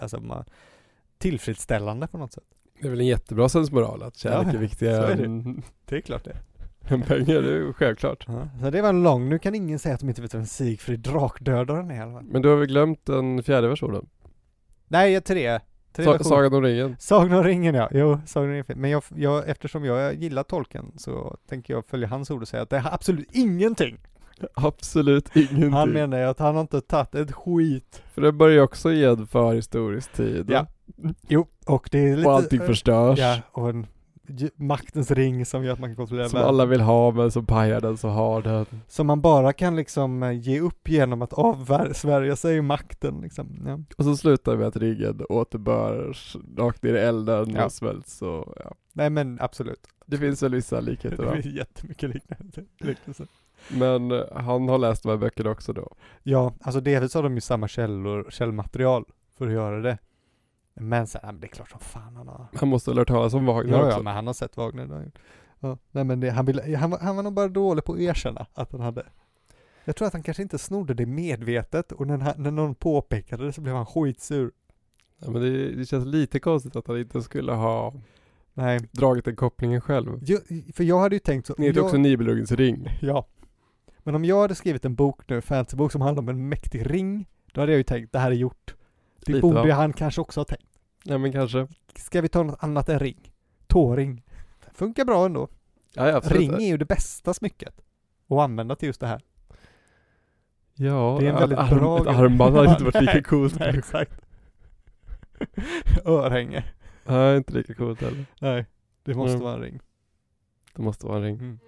A: tillfredsställande på något sätt.
B: Det är väl en jättebra sensmoral att kärlek är viktigare än...
A: Det är klart det.
B: Pengar, det är ju självklart.
A: Ja, så det var en lång, nu kan ingen säga att de inte vet vem Sigfrid drakdödaren är i alla fall.
B: Men du har väl glömt den fjärde versionen?
A: Nej, tre
B: Sagan om ringen.
A: Sagan om ringen, ja. Jo, Sagan om ringen. Men jag, eftersom jag gillar tolken så tänker jag följa hans ord och säga att det är absolut ingenting.
B: Absolut ingenting.
A: Han menar ju att han har inte tagit ett skit.
B: För det börjar ju också ge en förhistorisk tid.
A: Ja. Jo, och det är lite...
B: Och allting förstörs.
A: Ja, och en maktens ring som gör att man kan kontrollera
B: som alla vill ha, men som pajar den så har den.
A: Som man bara kan liksom ge upp genom att avsvärja sig makten liksom. Ja.
B: Och så slutar vi med att ringen återbörs rakt ner i elden och smälts och ja.
A: Nej, men absolut.
B: Det finns väl vissa likheter, va?
A: Det finns jättemycket liknelser.
B: Men han har läst de här böckerna också då?
A: Ja, alltså delvis har de ju samma källmaterial för att göra det. Men sen, det är klart som fan han har...
B: Han måste ha lärt talas om Wagner också.
A: Ja, men han har sett Wagner då. Ja, nej, men han var nog bara dålig på att erkänna att han hade... Jag tror att han kanske inte snodde det medvetet, och när någon påpekade det så blev han skitsur.
B: Ja, men det känns lite konstigt att han inte skulle ha
A: nej.
B: Dragit den kopplingen själv.
A: För jag hade ju tänkt så...
B: Ni heter också Nibelungens ring.
A: Ja. Men om jag hade skrivit en bok nu, fantasybok som handlar om en mäktig ring, då hade jag ju tänkt, det här är gjort. Det lite, borde han kanske också ha tänkt.
B: Ja, men kanske.
A: Ska vi ta något annat än ring? Tåring. Det funkar bra ändå.
B: Ja,
A: ring är ju det bästa smycket att använda till just det här.
B: Ja,
A: det är en väldigt bra...
B: Ett armband hade inte varit lika coolt.
A: Nej, exakt. Örhänge.
B: Nej, inte lika coolt heller.
A: Nej, det måste vara en ring.
B: Det måste vara en ring.
A: Mm.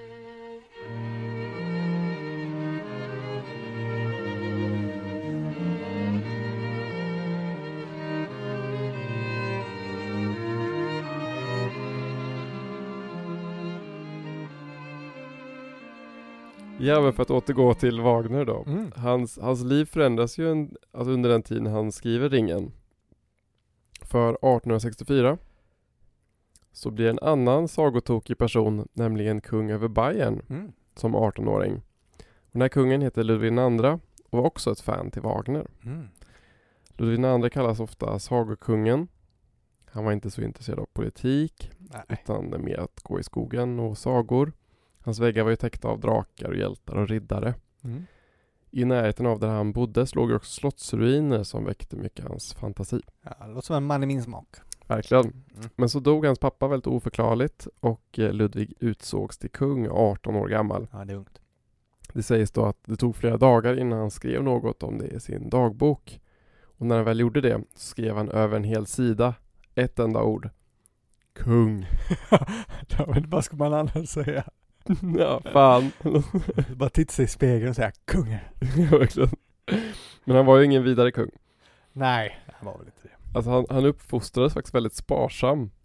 B: Ja, men för att återgå till Wagner då. Mm. Hans liv förändras ju under den tiden han skriver ringen. För 1864 så blir en annan sagotokig person, nämligen kung över Bayern, som 18-åring. Och den här kungen heter Ludvig II och var också ett fan till Wagner. Mm. Ludvig II kallas ofta sagokungen. Han var inte så intresserad av politik, utan mer att gå i skogen och sagor. Hans väggar var ju täckta av drakar och hjältar och riddare. Mm. I närheten av där han bodde låg också slottsruiner som väckte mycket hans fantasi.
A: Ja, det låter som en man i min smak.
B: Verkligen. Mm. Men så dog hans pappa väldigt oförklarligt och Ludvig utsågs till kung 18 år gammal.
A: Ja, det är ungt.
B: Det sägs då att det tog flera dagar innan han skrev något om det i sin dagbok. Och när han väl gjorde det så skrev han över en hel sida ett enda ord. Kung.
A: Vad ska man annars säga?
B: Ja, fan.
A: Bara titta sig i spegeln och säga kung.
B: Ja, verkligen. Men han var ju ingen vidare kung.
A: Nej, han var väl inte det.
B: Alltså han uppfostrades faktiskt väldigt sparsam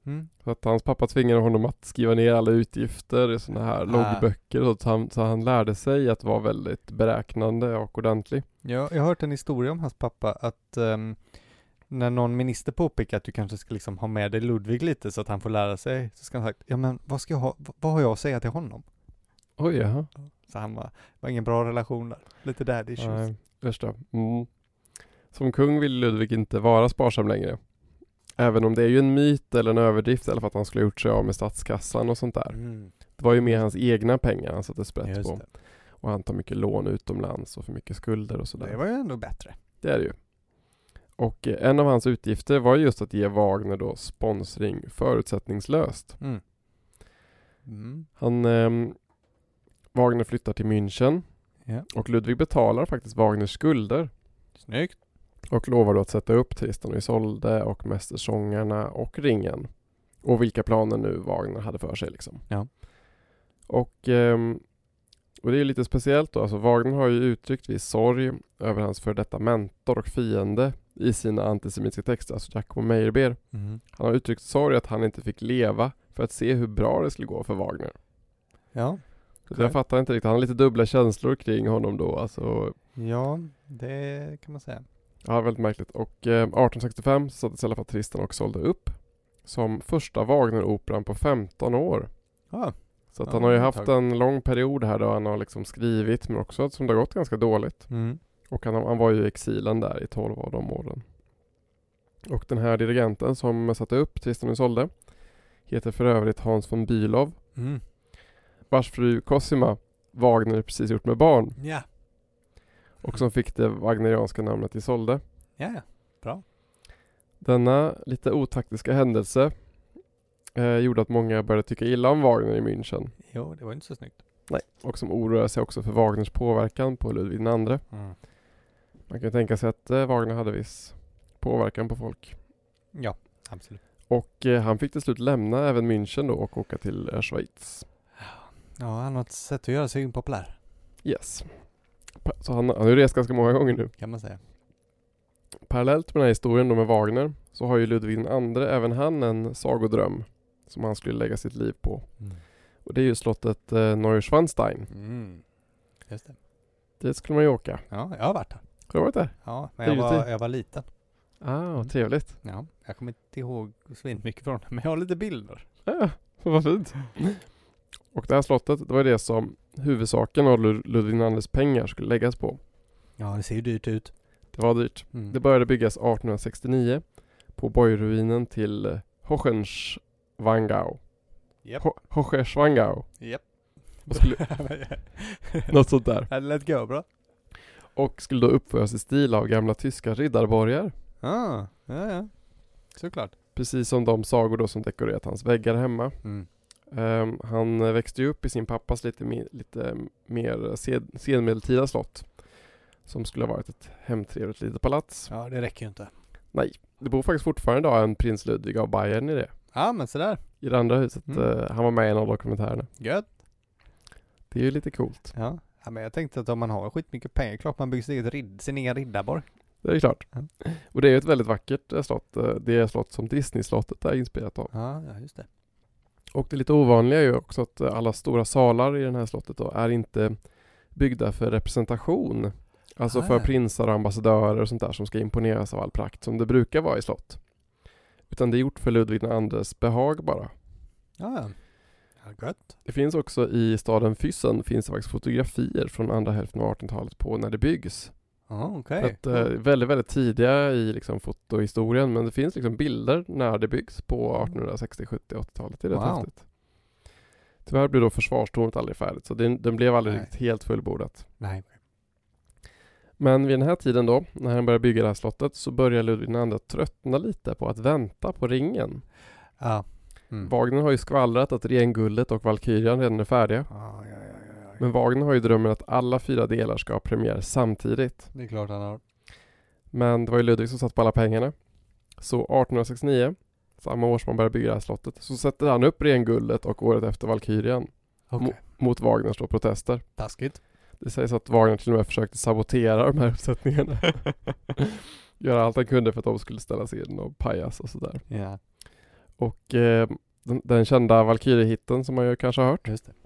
B: Så att hans pappa tvingade honom att skriva ner alla utgifter i sådana här loggböcker. Så han lärde sig att vara väldigt beräknande och ordentlig.
A: Ja, jag har hört en historia om hans pappa att när någon minister påpekar att du kanske ska liksom ha med dig Ludvig lite så att han får lära sig, så ska han sagt, ja men vad har jag att säga till honom?
B: Oj, jaha.
A: Så han var ingen bra relation där. Lite daddy issues.
B: Nej, förstå. Som kung vill Ludvig inte vara sparsam längre. Även om det är ju en myt eller en överdrift, eller för att han skulle gjort sig av med statskassan och sånt där. Det var ju mer hans egna pengar han satte sprätt på. Och han tar mycket lån utomlands och för mycket skulder och sådär.
A: Det var ju ändå bättre.
B: Det är det ju. Och en av hans utgifter var just att ge Wagner då sponsring förutsättningslöst. Wagner flyttar till München.
A: Ja.
B: Och Ludvig betalar faktiskt Wagners skulder.
A: Snyggt.
B: Och lovar då att sätta upp Tristan och Isolde och Mästersångarna och Ringen. Och vilka planer nu Wagner hade för sig liksom.
A: Ja.
B: Och det är lite speciellt då. Alltså Wagner har ju uttryckt viss sorg över hans för detta mentor och fiende i sina antisemitiska texter. Alltså Giacomo Meyerbeer. Han har uttryckt sorg att han inte fick leva för att se hur bra det skulle gå för Wagner.
A: Ja.
B: Så jag fattar inte riktigt. Han har lite dubbla känslor kring honom då. Alltså.
A: Ja, det kan man säga.
B: Ja, väldigt märkligt. Och 1865 sattes i alla fall Tristan och Isolde upp som första Wagner-operan på 15 år. Så att han har ju haft en lång period här då han har liksom skrivit, men också som det har gått ganska dåligt. Och han var ju i exilen där i 12 av de åren. Och den här dirigenten som satte upp Tristan och Isolde heter för övrigt Hans von Bülow. Vars fru Cosima Wagner precis gjort med barn.
A: Ja.
B: Och som fick det wagnerianska namnet Isolde.
A: Ja, bra.
B: Denna lite otaktiska händelse gjorde att många började tycka illa om Wagner i München.
A: Jo, det var inte så snyggt.
B: Nej, och som oroade sig också för Wagners påverkan på Ludvig II. Man kan tänka sig att Wagner hade viss påverkan på folk.
A: Ja, absolut.
B: Och han fick till slut lämna även München då och åka till Schweiz.
A: Ja, han har ett sätt att göra sig impopulär.
B: Yes. Så han har ju rest ganska många gånger nu.
A: Kan man säga.
B: Parallellt med den här historien då med Wagner så har ju Ludvig II även han en sagodröm som han skulle lägga sitt liv på. Och det är ju slottet Neuschwanstein.
A: Just det.
B: Det skulle man ju åka.
A: Ja, jag har varit där.
B: Har du varit där?
A: Ja, men jag var liten.
B: Trevligt.
A: Ja, jag kommer inte ihåg svin mycket från det, men jag har lite bilder.
B: Ja, vad fint. Och det här slottet, det var det som huvudsaken av Ludvig IIs pengar skulle läggas på.
A: Ja, det ser ju dyrt ut.
B: Det var dyrt. Det började byggas 1869 på borgruinen till Hohenschwangau.
A: Yep.
B: Hohenschwangau.
A: Japp.
B: Något sånt där.
A: Det lät gå bra.
B: Och skulle då uppföras i stil av gamla tyska riddarborgar.
A: Ja. Såklart.
B: Precis som de sagor då som dekorerat hans väggar hemma. Han växte ju upp i sin pappas lite mer senmedeltida slott. Som skulle ha varit ett hemtrevligt litet palats.
A: Ja, det räcker ju inte.
B: Nej, det bor faktiskt fortfarande idag en prins Ludvig av Bayern i det.
A: Ja, men sådär.
B: I det andra huset. Han var med i en av dokumentärerna.
A: Gött.
B: Det är ju lite coolt.
A: Ja, men jag tänkte att om man har skitmycket pengar, klart man bygger sin egen riddarborg.
B: Det är klart. Och det är ju ett väldigt vackert slott. Det är slott som Disney-slottet är inspirerat av.
A: Ja, just det.
B: Och det lite ovanliga är ju också att alla stora salar i den här slottet då är inte byggda för representation. Alltså för prinsar och ambassadörer och sånt där som ska imponeras av all prakt som det brukar vara i slott. Utan det är gjort för Ludvig IIs behag bara.
A: Ja, gött.
B: Det finns också i staden Füssen finns det faktiskt fotografier från andra hälften av 1800-talet på när det byggs.
A: Okej.
B: Väldigt, väldigt tidiga i liksom fotohistorien, men det finns liksom bilder när det byggs på 1860, 70, 80-talet. Det är rätt häftigt. Tyvärr blev då försvarstornet aldrig färdigt, så den blev aldrig riktigt helt fullbordat.
A: Nej.
B: Men vid den här tiden då, när han började bygga det här slottet, så börjar Ludvig II tröttna lite på att vänta på ringen.
A: Ja.
B: Wagner har ju skvallrat att Renguldet och Valkyrian redan är färdiga. Men Wagner har ju drömmen att alla 4 delar ska ha premiär samtidigt.
A: Det är klart han har.
B: Men det var ju Ludvig som satt på alla pengarna. Så 1869, samma år som man började bygga det här slottet, så sätter han upp Renguldet och året efter Valkyrian. Mot Wagners då protester.
A: Taskigt.
B: Det sägs att Wagner till och med försökte sabotera de här uppsättningarna. Göra allt han kunde för att de skulle ställas in och pajas och sådär.
A: Ja.
B: Och den kända Valkyrie-hitten som man ju kanske har hört.
A: Just det.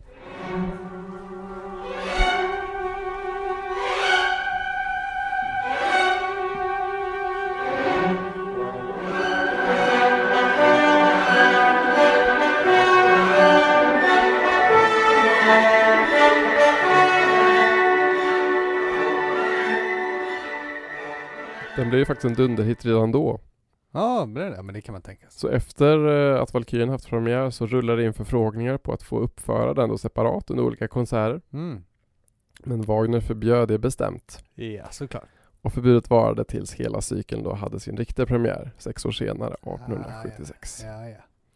B: Den blev ju faktiskt en dunderhit redan då.
A: Ja, men det kan man tänka sig.
B: Så efter att Valkyrien haft premiär så rullade det in förfrågningar på att få uppföra den då separat under olika konserter.
A: Mm.
B: Men Wagner förbjöd det bestämt.
A: Ja, såklart.
B: Och förbudet varade tills hela cykeln då hade sin riktiga premiär 6 år senare, 1876.
A: Ja.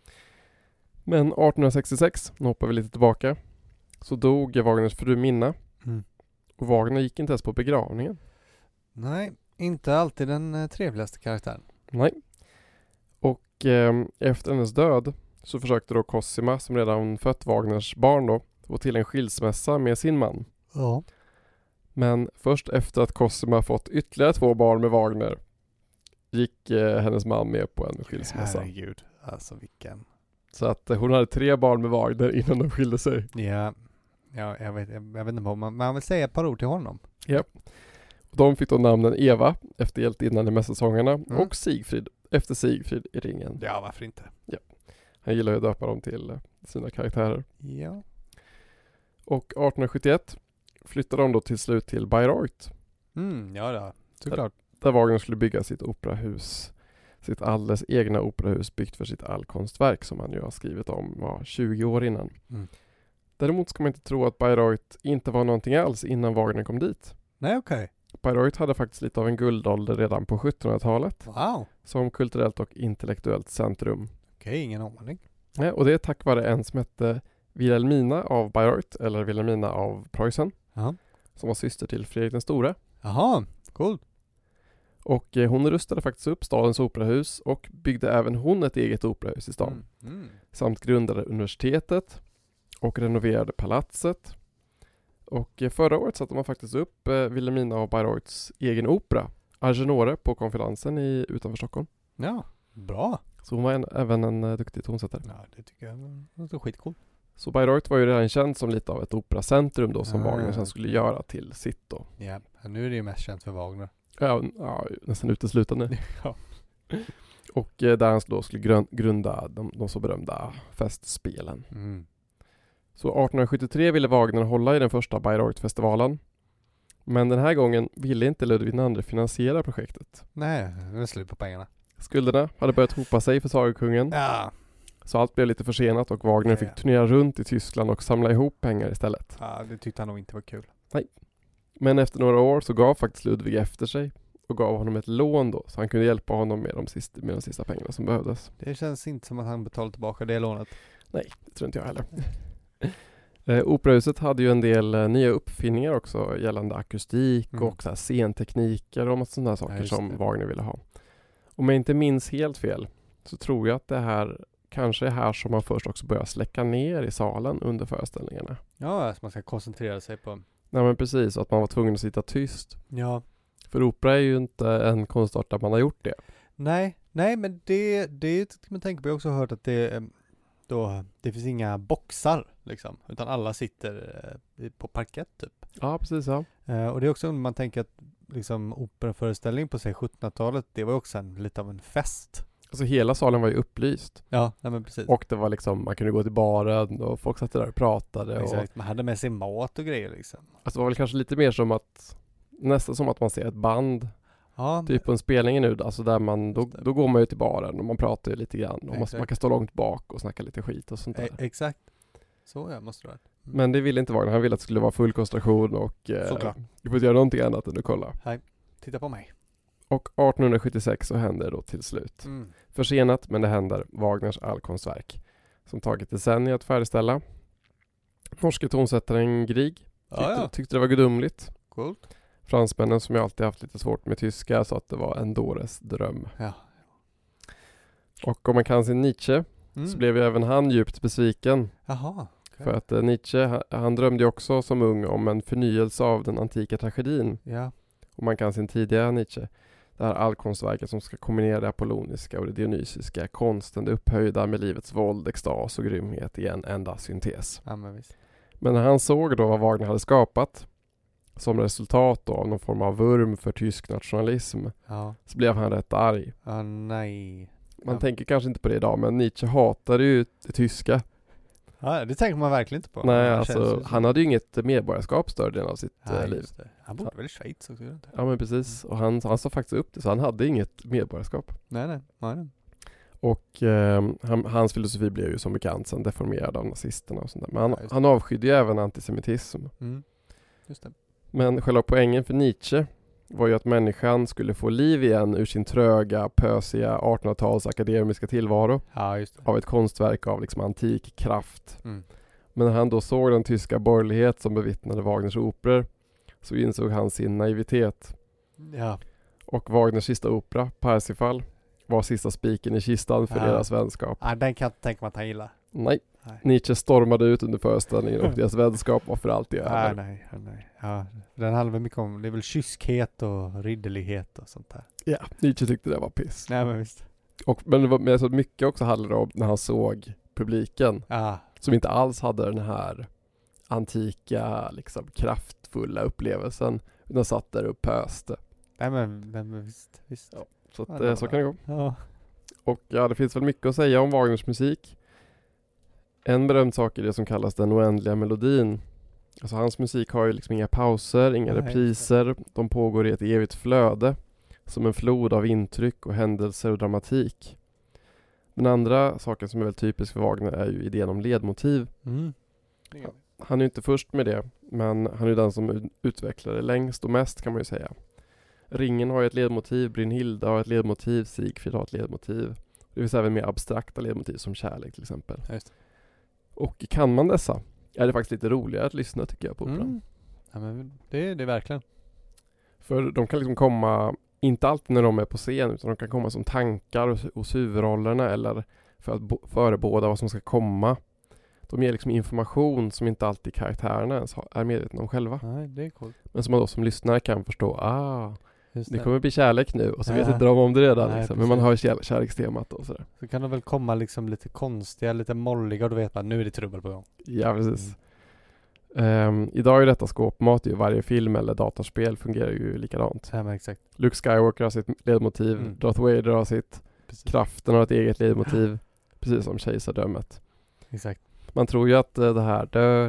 B: Men 1866, nu hoppar vi lite tillbaka, så dog Wagners fru Minna.
A: Mm.
B: Och Wagner gick inte ens på begravningen.
A: Nej, inte alltid den trevligaste karaktären.
B: Nej. Och efter hennes död så försökte då Cosima, som redan fött Wagners barn då, få till en skilsmässa med sin man.
A: Ja.
B: Men först efter att Cosima fått ytterligare 2 barn med Wagner gick hennes man med på en skilsmässa.
A: Herregud, alltså vilken.
B: Så att hon hade 3 barn med Wagner innan de skilde sig.
A: Ja, jag vet inte vad man vill säga ett par ord till honom.
B: Ja. De fick då namnen Eva efter hjältinnan i Mässasångarna och Sigfrid efter Sigfrid i Ringen.
A: Ja, varför inte?
B: Ja. Han gillar ju att döpa dem till sina karaktärer.
A: Ja.
B: Och 1871 flyttade de då till slut till Bayreuth.
A: Ja, såklart.
B: Där Wagner skulle bygga sitt operahus. Sitt alldeles egna operahus byggt för sitt allkonstverk som han ju har skrivit om var 20 år innan.
A: Mm.
B: Däremot ska man inte tro att Bayreuth inte var någonting alls innan Wagner kom dit.
A: Nej, okej.
B: Bayreuth hade faktiskt lite av en guldålder redan på 1700-talet.
A: Wow.
B: Som kulturellt och intellektuellt centrum.
A: Okej, ingen aning.
B: Ja, och det är tack vare en som hette Wilhelmina av Bayreuth, eller Wilhelmina av Preussen.
A: Ja.
B: Som var syster till Fredrik den store.
A: Jaha, cool.
B: Och hon rustade faktiskt upp stadens operahus och byggde även hon ett eget operahus i stan. Samt grundade universitetet och renoverade palatset. Och förra året satte man faktiskt upp Wilhelmina av Bayreuths egen opera, Argenore, på konferensen utanför Stockholm.
A: Ja, bra.
B: Så hon var även en duktig tonsättare.
A: Ja, det tycker jag var skitcool.
B: Så Bayreuth var ju redan känt som lite av ett operacentrum då som Wagner sen skulle göra till sitt då.
A: Ja, nu är det ju mest känt för Wagner.
B: Ja, nästan uteslutande.
A: Ja.
B: Och där han då skulle grunda de så berömda festspelen. Så 1873 ville Wagner hålla i den första Bayreuth-festivalen. Men den här gången ville inte Ludvig II finansiera projektet.
A: Nej, det är slut på pengarna.
B: Skulderna hade börjat hopa sig för sagokungen.
A: Ja.
B: Så allt blev lite försenat och Wagner fick turnera runt i Tyskland och samla ihop pengar istället.
A: Ja, det tyckte han nog inte var kul.
B: Nej. Men efter några år så gav faktiskt Ludvig efter sig och gav honom ett lån då, så han kunde hjälpa honom med de sista pengarna som behövdes.
A: Det känns inte som att han betalade tillbaka det lånet.
B: Nej, det tror inte jag heller. Operahuset hade ju en del nya uppfinningar också gällande akustik och så här scentekniker och sådana här saker som Wagner ville ha. Om jag inte minns helt fel så tror jag att det här kanske är här som man först också börjar släcka ner i salen under föreställningarna.
A: Ja, så man ska koncentrera sig på...
B: Nej men precis, att man var tvungen att sitta tyst.
A: Ja.
B: För opera är ju inte en konstart där man har gjort det.
A: Nej, men det kan man tänka på. Jag har också hört att det finns inga boxar liksom, utan alla sitter på parkett typ.
B: Ja, precis ja.
A: Och det är också om man tänker att liksom operaföreställning på sig 1700-talet, det var också lite av en fest.
B: Alltså hela salen var ju upplyst.
A: Ja, nej men precis.
B: Och det var liksom, man kunde gå till baren och folk satt där och pratade.
A: Exakt, man hade med sig mat och grejer liksom.
B: Alltså det var väl kanske lite mer som att, nästan som att man ser ett band.
A: Ja,
B: typ på en spelning nu, alltså där man, då går man ju till baren och man pratar ju lite grann. Och man kan stå långt bak och snacka lite skit och sånt där.
A: Exakt. Så måste det vara.
B: Men det ville inte Wagner. Han ville att det skulle vara full koncentration och du får inte göra någonting annat än att kolla.
A: Nej, titta på mig.
B: Och 1876 så händer det då till slut. Försenat, men det händer, Wagners allkonstverk. Som tagit decennier att färdigställa. Norske tonsättaren Grieg tyckte det var gudomligt.
A: Coolt.
B: Fransmännen som jag alltid haft lite svårt med tyska sa att det var en dåres dröm.
A: Ja.
B: Och om man kan sin Nietzsche så blev ju även han djupt besviken.
A: Jaha. Okay.
B: För att Nietzsche, han drömde ju också som ung om en förnyelse av den antika tragedin.
A: Ja.
B: Om man kan sin tidiga Nietzsche. Det här allkonstverket som ska kombinera det apolloniska och det dionysiska, konsten, det upphöjda med livets våld, extas och grymhet i en enda syntes.
A: Ja, men visst.
B: Men när han såg då vad Wagner hade skapat som resultat då av någon form av vurm för tysk nationalism, så blev han rätt arg.
A: Nej.
B: Man tänker kanske inte på det idag, men Nietzsche hatade ju det tyska.
A: Ja, det tänker man verkligen inte på.
B: Nej, alltså han hade ju inget medborgarskap större delen av sitt liv.
A: Han bodde väl i Schweiz också? Inte?
B: Ja, men precis. Och han sa faktiskt upp det, så han hade inget medborgarskap.
A: Nej.
B: Och hans filosofi blev ju som bekant sen deformerad av nazisterna och sånt där. Men han avskydde ju även antisemitism.
A: Just det.
B: Men själva poängen för Nietzsche var ju att människan skulle få liv igen ur sin tröga, pösiga 1800-tals akademiska tillvaro.
A: Ja, just det.
B: Av ett konstverk av liksom antik kraft. Men när han då såg den tyska borgerlighet som bevittnade Wagners operor, så insåg han sin naivitet.
A: Ja.
B: Och Wagners sista opera, Parsifal, var sista spiken i kistan för deras vänskap.
A: Ja, den kan jag inte tänka mig att han gillar.
B: Nej. Nietzsche stormade ut under föreställningen och deras vänskap var för alltid över.
A: Nej. Ja, den handlar mycket om, det är väl kyskhet och ridderlighet och sånt där.
B: Ja, Nietzsche tyckte det var piss.
A: Nej, men visst.
B: Men det var så mycket också handlade om när han såg publiken. Som inte alls hade den här antika, liksom kraftfulla upplevelsen. Utan satt där och pöste.
A: Nej, men visst.
B: Ja, så att, så kan det gå.
A: Ja.
B: Och det finns väl mycket att säga om Wagners musik. En berömd sak är det som kallas den oändliga melodin. Alltså hans musik har ju liksom inga pauser, inga repriser. De pågår i ett evigt flöde. Som en flod av intryck och händelser och dramatik. Den andra saken som är väldigt typisk för Wagner är ju idén om ledmotiv. Han är ju inte först med det, men han är den som utvecklar det längst och mest, kan man ju säga. Ringen har ju ett ledmotiv, Brynhilda har ett ledmotiv, Siegfried har ett ledmotiv. Det finns även mer abstrakta ledmotiv som kärlek till exempel.
A: Just.
B: Och kan man dessa är det faktiskt lite roligare att lyssna, tycker jag, på operan.
A: Ja, men det är verkligen.
B: För de kan liksom komma, inte alltid när de är på scen, utan de kan komma som tankar hos huvudrollerna eller för att förebåda vad som ska komma. De ger liksom information som inte alltid karaktärerna ens är medvetna om själva.
A: Nej, det är coolt.
B: Men som man då som lyssnare kan förstå, det kommer bli kärlek nu. Och så vet inte de om det redan.
A: Nej,
B: liksom. Men man har kärlekstemat och sådär.
A: Så kan de väl komma liksom lite konstiga, lite molliga och då vet man, nu är det trubbel på gång.
B: Ja, precis. Idag är detta skåpmat ju. Varje film eller datorspel fungerar ju likadant.
A: Ja, men exakt.
B: Luke Skywalker har sitt ledmotiv. Darth Vader har sitt. Precis. Kraften har ett eget ledmotiv. Precis som kejsardömet.
A: Exakt.
B: Man tror ju att det här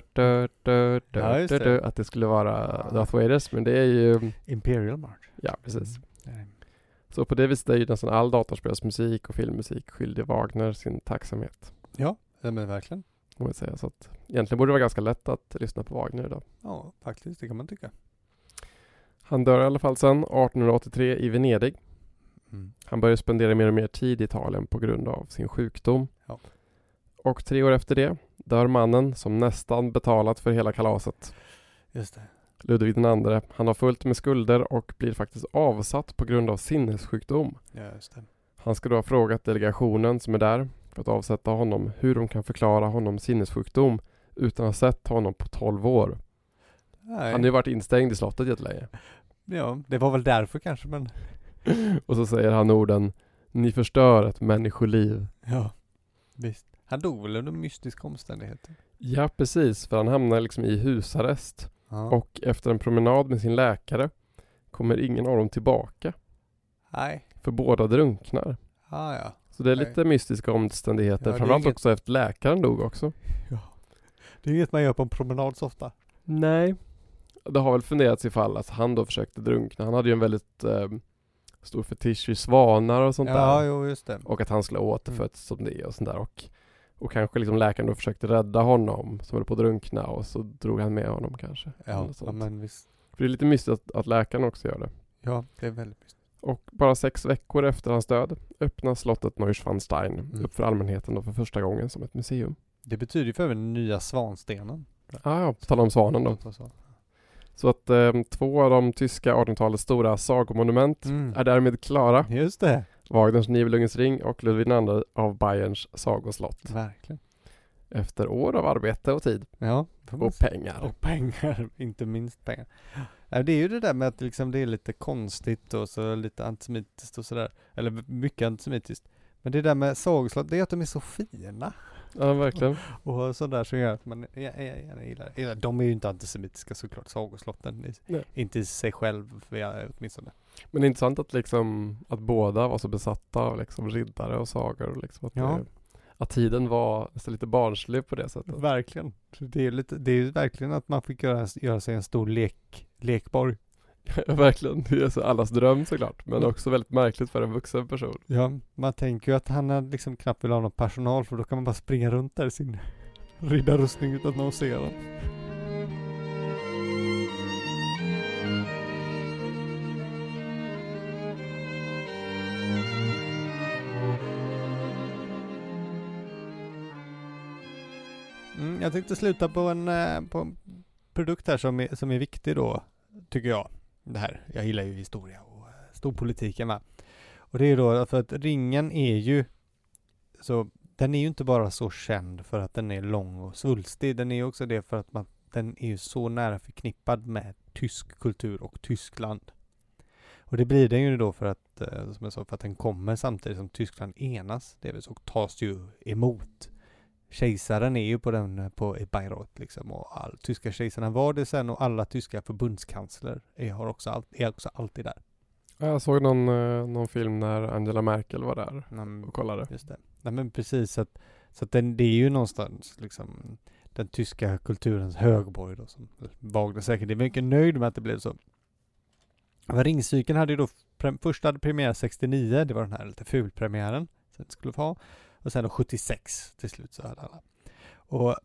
B: att det skulle vara Darth Vaders, men det är ju
A: Imperial March.
B: Ja, precis. Så på det viset är ju nästan all datorspelsmusik och filmmusik skyldig Wagner sin tacksamhet.
A: Ja, men verkligen.
B: Må jag säga. Så att egentligen borde det vara ganska lätt att lyssna på Wagner idag.
A: Ja, faktiskt. Det kan man tycka.
B: Han dör i alla fall sedan 1883 i Venedig. Han började spendera mer och mer tid i Italien på grund av sin sjukdom.
A: Ja.
B: Och 3 år efter det dör mannen som nästan betalat för hela kalaset.
A: Just det.
B: Ludvig II. Han har fullt med skulder och blir faktiskt avsatt på grund av sinnessjukdom.
A: Ja, just det.
B: Han ska då ha frågat delegationen som är där för att avsätta honom hur de kan förklara honom sinnessjukdom utan att ha sett honom på 12 år.
A: Nej.
B: Han har ju varit instängd i slottet jättelänge.
A: Ja, det var väl därför kanske, men...
B: Och så säger han orden: ni förstör ett människoliv.
A: Ja, visst. Han dog väl under mystiska omständigheter?
B: Ja, precis. För han hamnar liksom i husarrest.
A: Ja.
B: Och efter en promenad med sin läkare kommer ingen av dem tillbaka.
A: Nej.
B: För båda drunknar.
A: Ja.
B: Så det är lite mystiska omständigheter.
A: Ja,
B: framförallt också efter läkaren dog också.
A: Ja. Det är inget man gör på en promenad så ofta.
B: Nej. Det har väl funderats ifall att han då försökte drunkna. Han hade ju en väldigt stor fetisch vid svanar och sånt där.
A: Ja, jo, just det.
B: Och att han skulle återfötts som det och sånt där. Och kanske liksom läkaren då försökte rädda honom som höll på att drunkna och så drog han med honom kanske.
A: Ja, men visst.
B: För det är lite mystigt att läkaren också gör det.
A: Ja, det är väldigt mystigt.
B: Och bara 6 veckor efter hans död öppnas slottet Neuschwanstein upp för allmänheten då för första gången som ett museum.
A: Det betyder ju för den nya svanstenen.
B: Ja, på tal om svanen då. Så att 2 av de tyska 1800-talets stora sagomonument är därmed klara.
A: Just det.
B: Wagners Nibelungens ring och Ludvig II av Bayerns sagoslott.
A: Verkligen.
B: Efter år av arbete och tid.
A: Ja.
B: Och pengar.
A: Och pengar, inte minst pengar. Ja, det är ju det där med att liksom det är lite konstigt och så lite antisemitiskt och sådär. Eller mycket antisemitiskt. Men det där med sagoslott, det är att de är så fina.
B: Ja, verkligen.
A: Och sådär som gör att man gillar. De är ju inte antisemitiska såklart, sagoslotten. Inte i sig själv, åtminstone.
B: Men det är intressant att liksom att båda var så besatta av liksom riddare och sagor. Liksom att tiden var nästan lite barnslig på det sättet.
A: Verkligen. Det är ju verkligen att man fick göra sig en stor lekborg.
B: Ja, verkligen. Det är så allas dröm såklart. Men också väldigt märkligt för en vuxen person.
A: Ja, man tänker ju att han hade liksom knappt vill ha någon personal, för då kan man bara springa runt där i sin riddarrustning utan att någon ser den. Jag tänkte sluta på en produkt här som är viktig då, tycker jag. Det här, jag gillar ju historia och storpolitiken, va. Och det är då för att ringen är ju så, den är ju inte bara så känd för att den är lång och svulstig, den är ju också det för att den är ju så nära förknippad med tysk kultur och Tyskland. Och det blir den ju då för att, som jag sa, för att den kommer samtidigt som Tyskland enas, det vill säga tas ju emot. Kejsaren är ju i Bayreuth liksom, och all tyska kejsarna var det sen, och alla tyska förbundskansler är också alltid där.
B: Jag såg någon film när Angela Merkel var där och kollade.
A: Just det. Nej, men precis, så att det är ju någonstans liksom den tyska kulturens högborg då, som Wagner säkert är mycket nöjd med att det blev så. Men Ringcykeln hade ju då först hade premiär 69, det var den här lite fulpremiären sen skulle få ha. Och sen då 76 till slut så hade alla. Och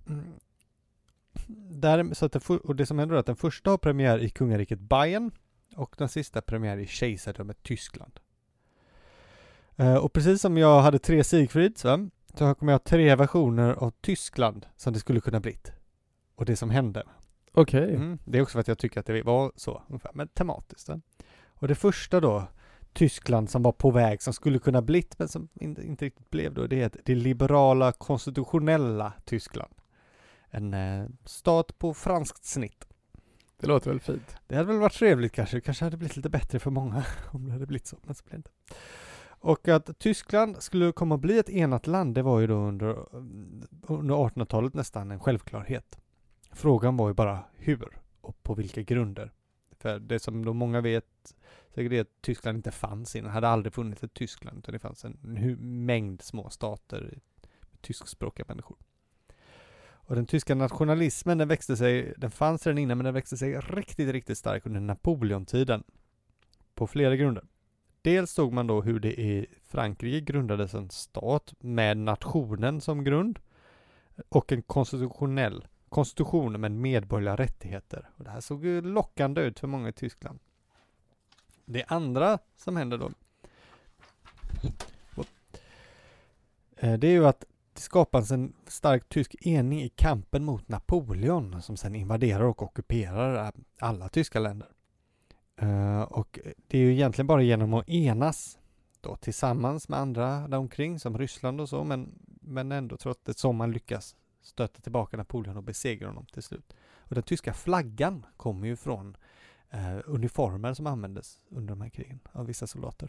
A: det som händer är att den första har premiär i kungariket Bayern och den sista premiär i kejsardömet Tyskland. Och precis som jag hade 3 Siegfried så kommer jag ha 3 versioner av Tyskland som det skulle kunna bli. Och det som hände.
B: Okej.
A: Det är också för att jag tycker att det var så ungefär, men tematiskt. Och det första då, Tyskland som var på väg, som skulle kunna bli, men som inte riktigt blev då, det är det liberala konstitutionella Tyskland. En stat på franskt snitt.
B: Det låter väl fint.
A: Det hade väl varit trevligt kanske. Kanske hade blivit lite bättre för många om det hade blivit så, men så blev det inte. Och att Tyskland skulle komma att bli ett enat land, det var ju då under 1800-talet nästan en självklarhet. Frågan var ju bara hur och på vilka grunder. För det som då många vet säkert är att Tyskland inte fanns innan. Det hade aldrig funnits ett Tyskland, utan det fanns en mängd små stater med tyskspråkiga människor. Och den tyska nationalismen, den fanns redan innan, men den växte sig riktigt, riktigt stark under Napoleontiden. På flera grunder. Dels såg man då hur det i Frankrike grundades en stat med nationen som grund och en konstitution med medborgerliga rättigheter. Och det här såg ju lockande ut för många i Tyskland. Det andra som händer då, det är ju att det skapas en stark tysk ening i kampen mot Napoleon, som sedan invaderar och ockuperar alla tyska länder. Och det är ju egentligen bara genom att enas då, tillsammans med andra där omkring som Ryssland och så, men ändå trots det som man lyckas stöta tillbaka Napoleon och besegra honom till slut. Och den tyska flaggan kommer ju från uniformer som användes under de här krigen av vissa soldater.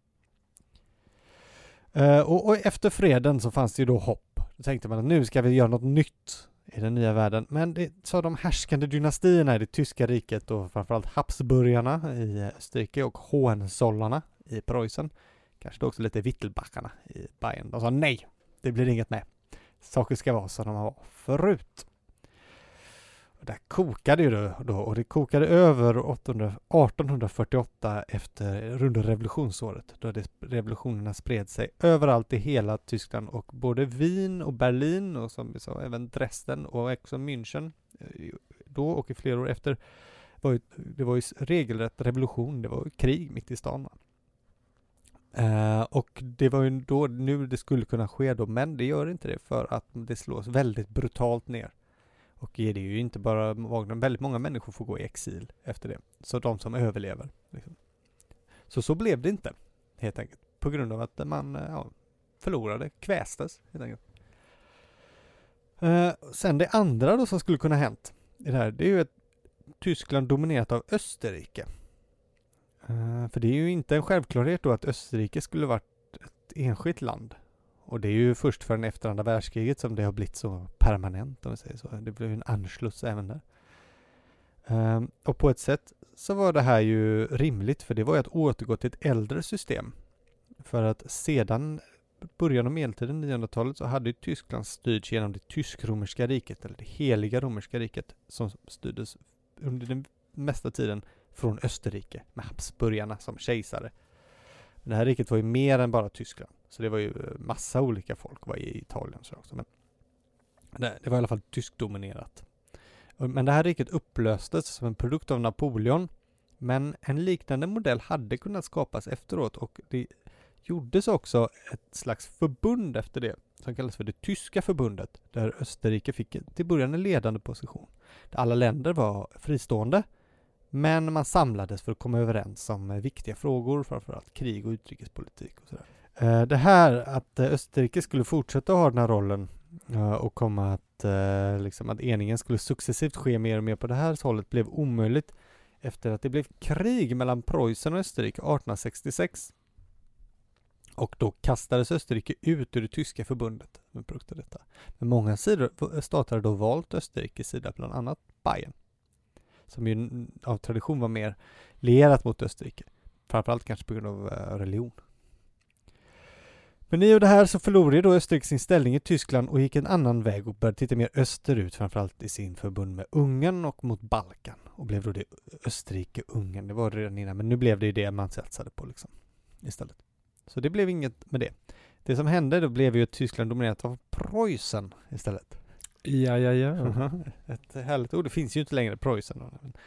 A: Och efter freden så fanns det ju då hopp. Då tänkte man att nu ska vi göra något nytt i den nya världen. Men det sa de härskande dynastierna i det tyska riket, och framförallt Habsburgarna i Österrike och Hohenzollerna i Preussen. Kanske då också lite Wittelbacharna i Bayern. De sa nej, det blir inget med. Saker ska vara som de var förut. Och där kokade ju då, och det kokade över 1848 under revolutionsåret, då revolutionerna spred sig överallt i hela Tyskland, och både Wien och Berlin och som vi sa även Dresden och också München då och i flera år efter det var ju regelrätt revolution, det var ju krig mitt i stan. Och det var ju då nu det skulle kunna ske då, men det gör inte det för att det slås väldigt brutalt ner. Och det är ju inte bara Wagner, väldigt många människor får gå i exil efter det. Så de som överlever. Liksom. Så blev det inte, helt enkelt. På grund av att man förlorade, kvästes, helt enkelt. Sen det andra då som skulle kunna hänt i det här, det är ju att Tyskland dominerat av Österrike. För det är ju inte en självklarhet då att Österrike skulle varit ett enskilt land. Och det är ju först förrän efter andra världskriget som det har blivit så permanent, om vi säger så. Det blev ju en Anschluss även där. Och på ett sätt så var det här ju rimligt, för det var ju att återgå till ett äldre system. För att sedan början av medeltiden, 900-talet, så hade ju Tyskland styrts genom det tysk-romerska riket, eller det heliga romerska riket, som styrdes under den mesta tiden från Österrike, med Habsburgarna som kejsare. Men det här riket var ju mer än bara Tyskland, så det var ju massa olika folk var i Italien så också. Men det var i alla fall tyskdominerat. Men det här riket upplöstes som en produkt av Napoleon, men en liknande modell hade kunnat skapas efteråt, och det gjordes också ett slags förbund efter det som kallas för det tyska förbundet, där Österrike fick till början en ledande position. Där alla länder var fristående, men man samlades för att komma överens om viktiga frågor, framförallt krig och utrikespolitik och sådär. Det här att Österrike skulle fortsätta ha den här rollen och komma att, att eningen skulle successivt ske mer och mer på det här hållet blev omöjligt efter att det blev krig mellan Preussen och Österrike 1866. Och då kastades Österrike ut ur det tyska förbundet. Men många stater hade då valt Österrikes sida, bland annat Bayern, som ju av tradition var mer lierat mot Österrike. Framförallt kanske på grund av religion. Men i och det här så förlorade då Österrike sin ställning i Tyskland och gick en annan väg och började titta mer österut, framförallt i sin förbund med Ungern och mot Balkan. Och blev då det Österrike-Ungern. Det var det redan innan, men nu blev det ju det man satsade på liksom, istället. Så det blev inget med det. Det som hände då blev ju att Tyskland dominerat av Preussen istället.
B: Ja.
A: Ett härligt ord. Det finns ju inte längre Preussen.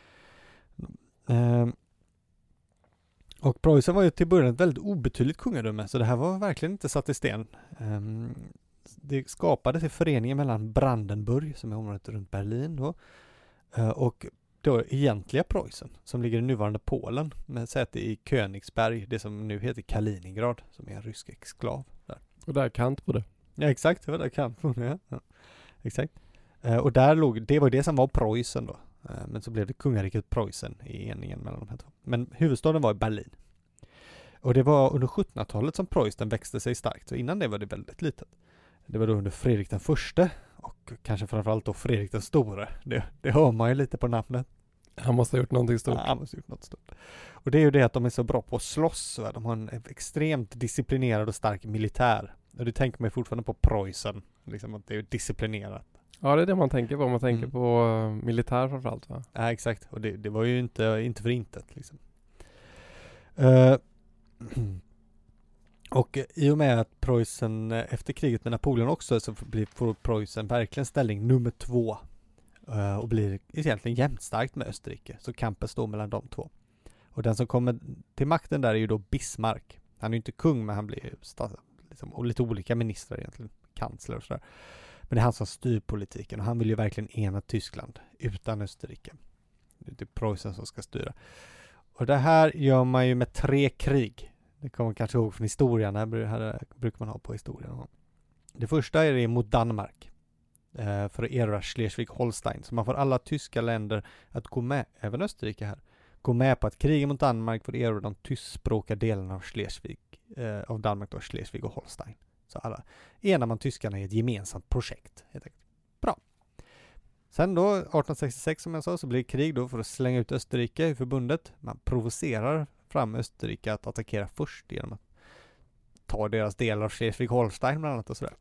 A: Och Preussen var ju till början ett väldigt obetydligt kungadöme, så det här var verkligen inte satt i sten. Det skapades i föreningen mellan Brandenburg, som är området runt Berlin då, och då egentliga Preussen, som ligger i nuvarande Polen med säte i Königsberg, det som nu heter Kaliningrad, som är en rysk exklav där.
B: Och där Kant bodde.
A: Ja, exakt, det var där Kant bodde, ja. Exakt. Och där låg, det var det som var Preussen då. Men så blev det kungariket Preussen i eningen mellan de här två. Men huvudstaden var i Berlin. Och det var under 1700-talet som Preussen växte sig starkt. Så innan det var det väldigt litet. Det var då under Fredrik den förste och kanske framförallt då Fredrik den store. Det hör man ju lite på namnet.
B: Han måste ha gjort någonting stort.
A: Ja, han måste ha gjort något stort. Och det är ju det att de är så bra på att slåss. Va? De har en extremt disciplinerad och stark militär. Och det tänker man ju fortfarande på Preussen. Liksom att det är disciplinerat.
B: Ja, det är det man tänker på. Man tänker på militär framförallt, va?
A: Ja, exakt. Och det var ju inte för intet liksom. Och i och med att Preussen efter kriget med Napoleon också, så får Preussen verkligen ställning nummer 2 och blir egentligen jämnstarkt med Österrike. Så kampen står mellan de två. Och den som kommer till makten där är ju då Bismarck. Han är ju inte kung, men han blir och lite olika ministrar egentligen, kansler och sådär. Men det är han som styr politiken, och han vill ju verkligen ena Tyskland utan Österrike. Det är Preussen som ska styra. Och det här gör man ju med 3 krig. Det kommer man kanske ihåg från historien. Här brukar man ha på historien. Det första är det mot Danmark. För att erövra Schleswig-Holstein. Så man får alla tyska länder att gå med, även Österrike här, gå med på att kriga mot Danmark för att erövra de tyskspråkiga delarna av Schleswig, av Danmark då, Schleswig och Holstein. Så alla enar man tyskarna i ett gemensamt projekt. Bra. Sen då 1866 som jag sa, så blir det krig då för att slänga ut Österrike i förbundet. Man provocerar fram Österrike att attackera först genom att ta deras delar av Schleswig-Holstein bland annat och sådär.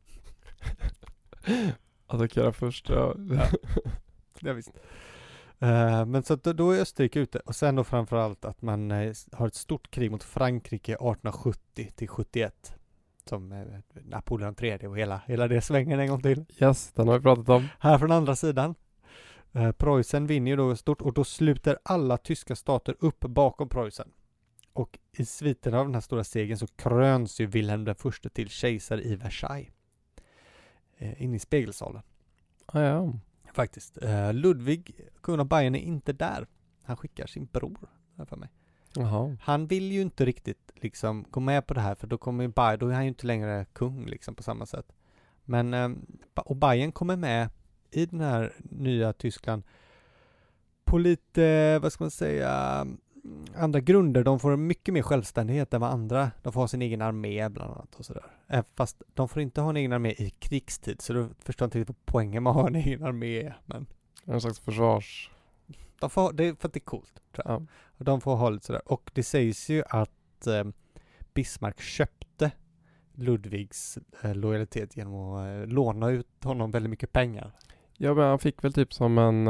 B: Attackera först, ja.
A: Ja, visst. Men så då är Österrike ute, och sen då framförallt att man har ett stort krig mot Frankrike 1870 till 71. Som Napoleon III och hela det svängen en gång till.
B: Yes, den har vi pratat om.
A: Här från andra sidan. Preussen vinner ju då stort, och då sluter alla tyska stater upp bakom Preussen. Och i sviten av den här stora segern så kröns ju Wilhelm den förste till kejsare i Versailles. In i spegelsalen.
B: Ja.
A: Faktiskt. Ludwig, kung av Bayern, är inte där. Han skickar sin bror för mig.
B: Jaha.
A: Han vill ju inte riktigt liksom gå med på det här, för då kommer ju då är han ju inte längre kung liksom på samma sätt. Men och Bayern kommer med i den här nya Tyskland på lite, vad ska man säga, andra grunder. De får mycket mer självständighet än vad andra. De får ha sin egen armé bland annat och sådär. Fast de får inte ha en egen armé i krigstid, så då förstår jag inte riktigt poängen med att ha en egen armé. Men
B: en slags försvars...
A: det är för att det är coolt, tror jag.
B: Ja.
A: Och de får ha lite sådär. Och det sägs ju att Bismarck köpte Ludvigs lojalitet genom att låna ut honom väldigt mycket pengar.
B: Ja, men han fick väl typ som en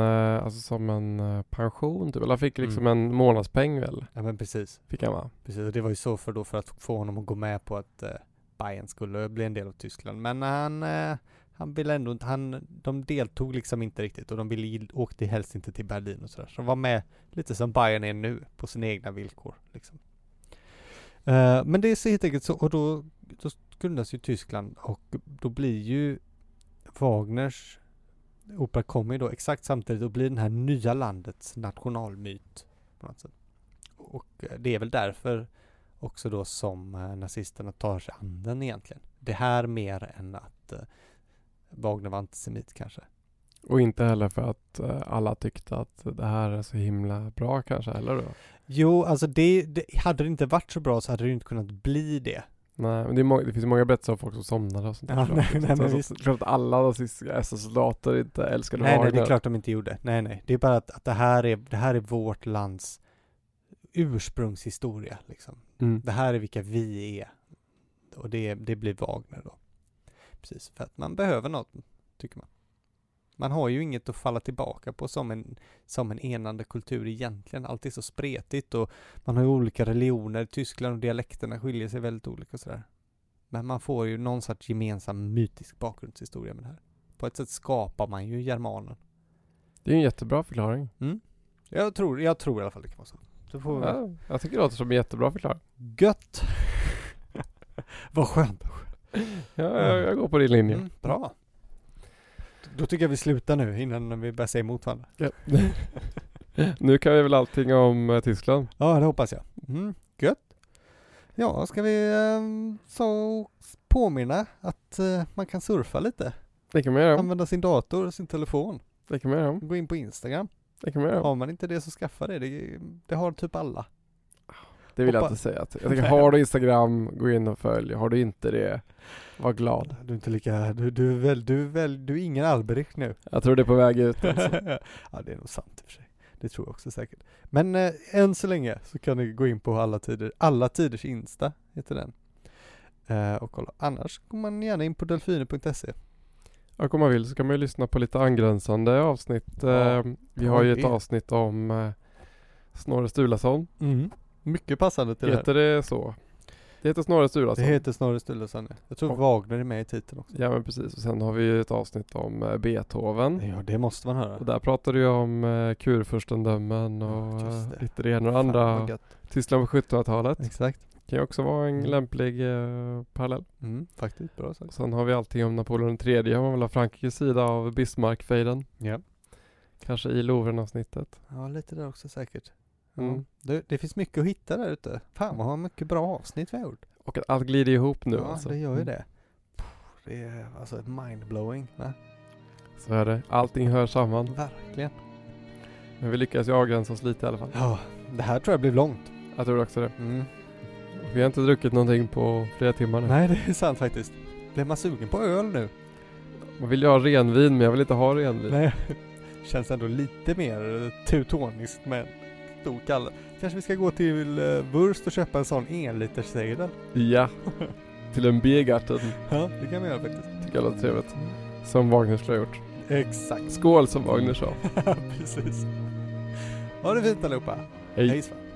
B: pension typ. Eller han fick liksom en månadspeng väl?
A: Ja, men precis.
B: Fick han, va?
A: Precis, och det var ju så för att få honom att gå med på att Bayern skulle bli en del av Tyskland. Men han ville ändå inte, de deltog liksom inte riktigt, och de åkte helst inte till Berlin och sådär. Så de var med lite som Bayern är nu, på sina egna villkor liksom. Men det är så helt enkelt så, och då grundas ju Tyskland, och då blir ju Wagners opera kommer ju då exakt samtidigt och blir den här nya landets nationalmyt på något sätt. Och det är väl därför också då som nazisterna tar sig an den egentligen. Det här mer än att Wagner var antisemit kanske.
B: Och inte heller för att alla tyckte att det här är så himla bra kanske, eller då?
A: Jo, alltså hade det inte varit så bra så hade det inte kunnat bli det.
B: Nej, men det finns många berättelser om folk som somnade och sånt där.
A: Ja, nej,
B: så att alla nazistiska SS-soldater inte älskade
A: Wagner.
B: Wagner.
A: Nej, det är klart de inte gjorde. Nej. Det är bara att det här är vårt lands ursprungshistoria liksom. Det här är vilka vi är. Och det blir Wagner då. Precis, för att man behöver något, tycker man. Man har ju inget att falla tillbaka på som en enande kultur egentligen. Allt är så spretigt, och man har ju olika religioner. Tyskland och dialekterna skiljer sig väldigt olika och sådär. Men man får ju någon sorts gemensam mytisk bakgrundshistoria med det här. På ett sätt skapar man ju germanen.
B: Det är en jättebra förklaring.
A: Jag tror i alla fall det kan vara så.
B: Jag tycker det låter som en jättebra förklaring.
A: Gött! Vad skönt.
B: Jag går på din linje.
A: Bra. Då tycker jag vi slutar nu innan vi börjar säga emot varandra.
B: Ja. Nu kan vi väl allting om Tyskland.
A: Ja, det hoppas jag. Gött. Ja, ska vi så påminna att man kan surfa lite.
B: Det kan man göra.
A: Använda sin dator och sin telefon.
B: Det kan man göra.
A: Gå in på Instagram.
B: Det kan man göra.
A: Har man inte det så skaffa det. Det har typ alla.
B: Det vill jag inte säga. Jag tänker, har du Instagram, gå in och följ. Har du inte det, var glad.
A: Du är inte lika, du är ingen Albrecht nu.
B: Jag tror det är på väg ut. Alltså.
A: Ja, det är nog sant i och för sig. Det tror jag också säkert. Men än så länge så kan ni gå in på alla tiders Insta, heter den. Och kolla. Annars går man gärna in på delfiner.se.
B: Och om man vill så kan man ju lyssna på lite angränsande avsnitt. Vi har ju ett avsnitt om Snorre Sturlason.
A: Mycket passande till det.
B: Heter det så? Det heter Snorre Sturlason.
A: Det heter Snorre Sturlason. Jag tror Wagner är med i titeln också.
B: Ja, men precis. Och sen har vi ju ett avsnitt om Beethoven.
A: Ja, det måste man höra.
B: Och där pratar du om kurfurstendömen och lite det ena och andra. Tyskland på 1700-talet.
A: Exakt.
B: Kan ju också vara en lämplig parallell.
A: Faktiskt, bra sagt.
B: Sen har vi allting om Napoleon III. Man vill ha Frankrikes sida av Bismarck-fejden.
A: Ja.
B: Kanske i Louvren-avsnittet.
A: Ja, lite där också säkert. Det finns mycket att hitta där ute. Fan, vad har mycket bra avsnitt vi har gjort.
B: Och att allt glider ihop nu.
A: Ja,
B: alltså.
A: Det gör ju det. Det är alltså mindblowing. Va?
B: Så är det. Allting hör samman.
A: Verkligen.
B: Men vi lyckas ju avgränsa oss lite i alla fall.
A: Ja, det här tror jag blev långt.
B: Jag tror också det. Vi har inte druckit någonting på flera timmar nu.
A: Nej, det är sant faktiskt. Blev man sugen på öl nu?
B: Man vill ju ha renvin, men jag vill inte ha renvin.
A: Nej, känns ändå lite mer teutoniskt med stor kalle. Kanske vi ska gå till Wurst och köpa en sån 1-liters segel.
B: Ja, till en Biergarten.
A: Ja, det kan vi göra faktiskt.
B: Tycker jag låter trevligt. Som Wagner skulle ha gjort.
A: Exakt.
B: Skål, som Wagner sa.
A: Precis. Ha det fint allihopa.
B: Hej.
A: Hej.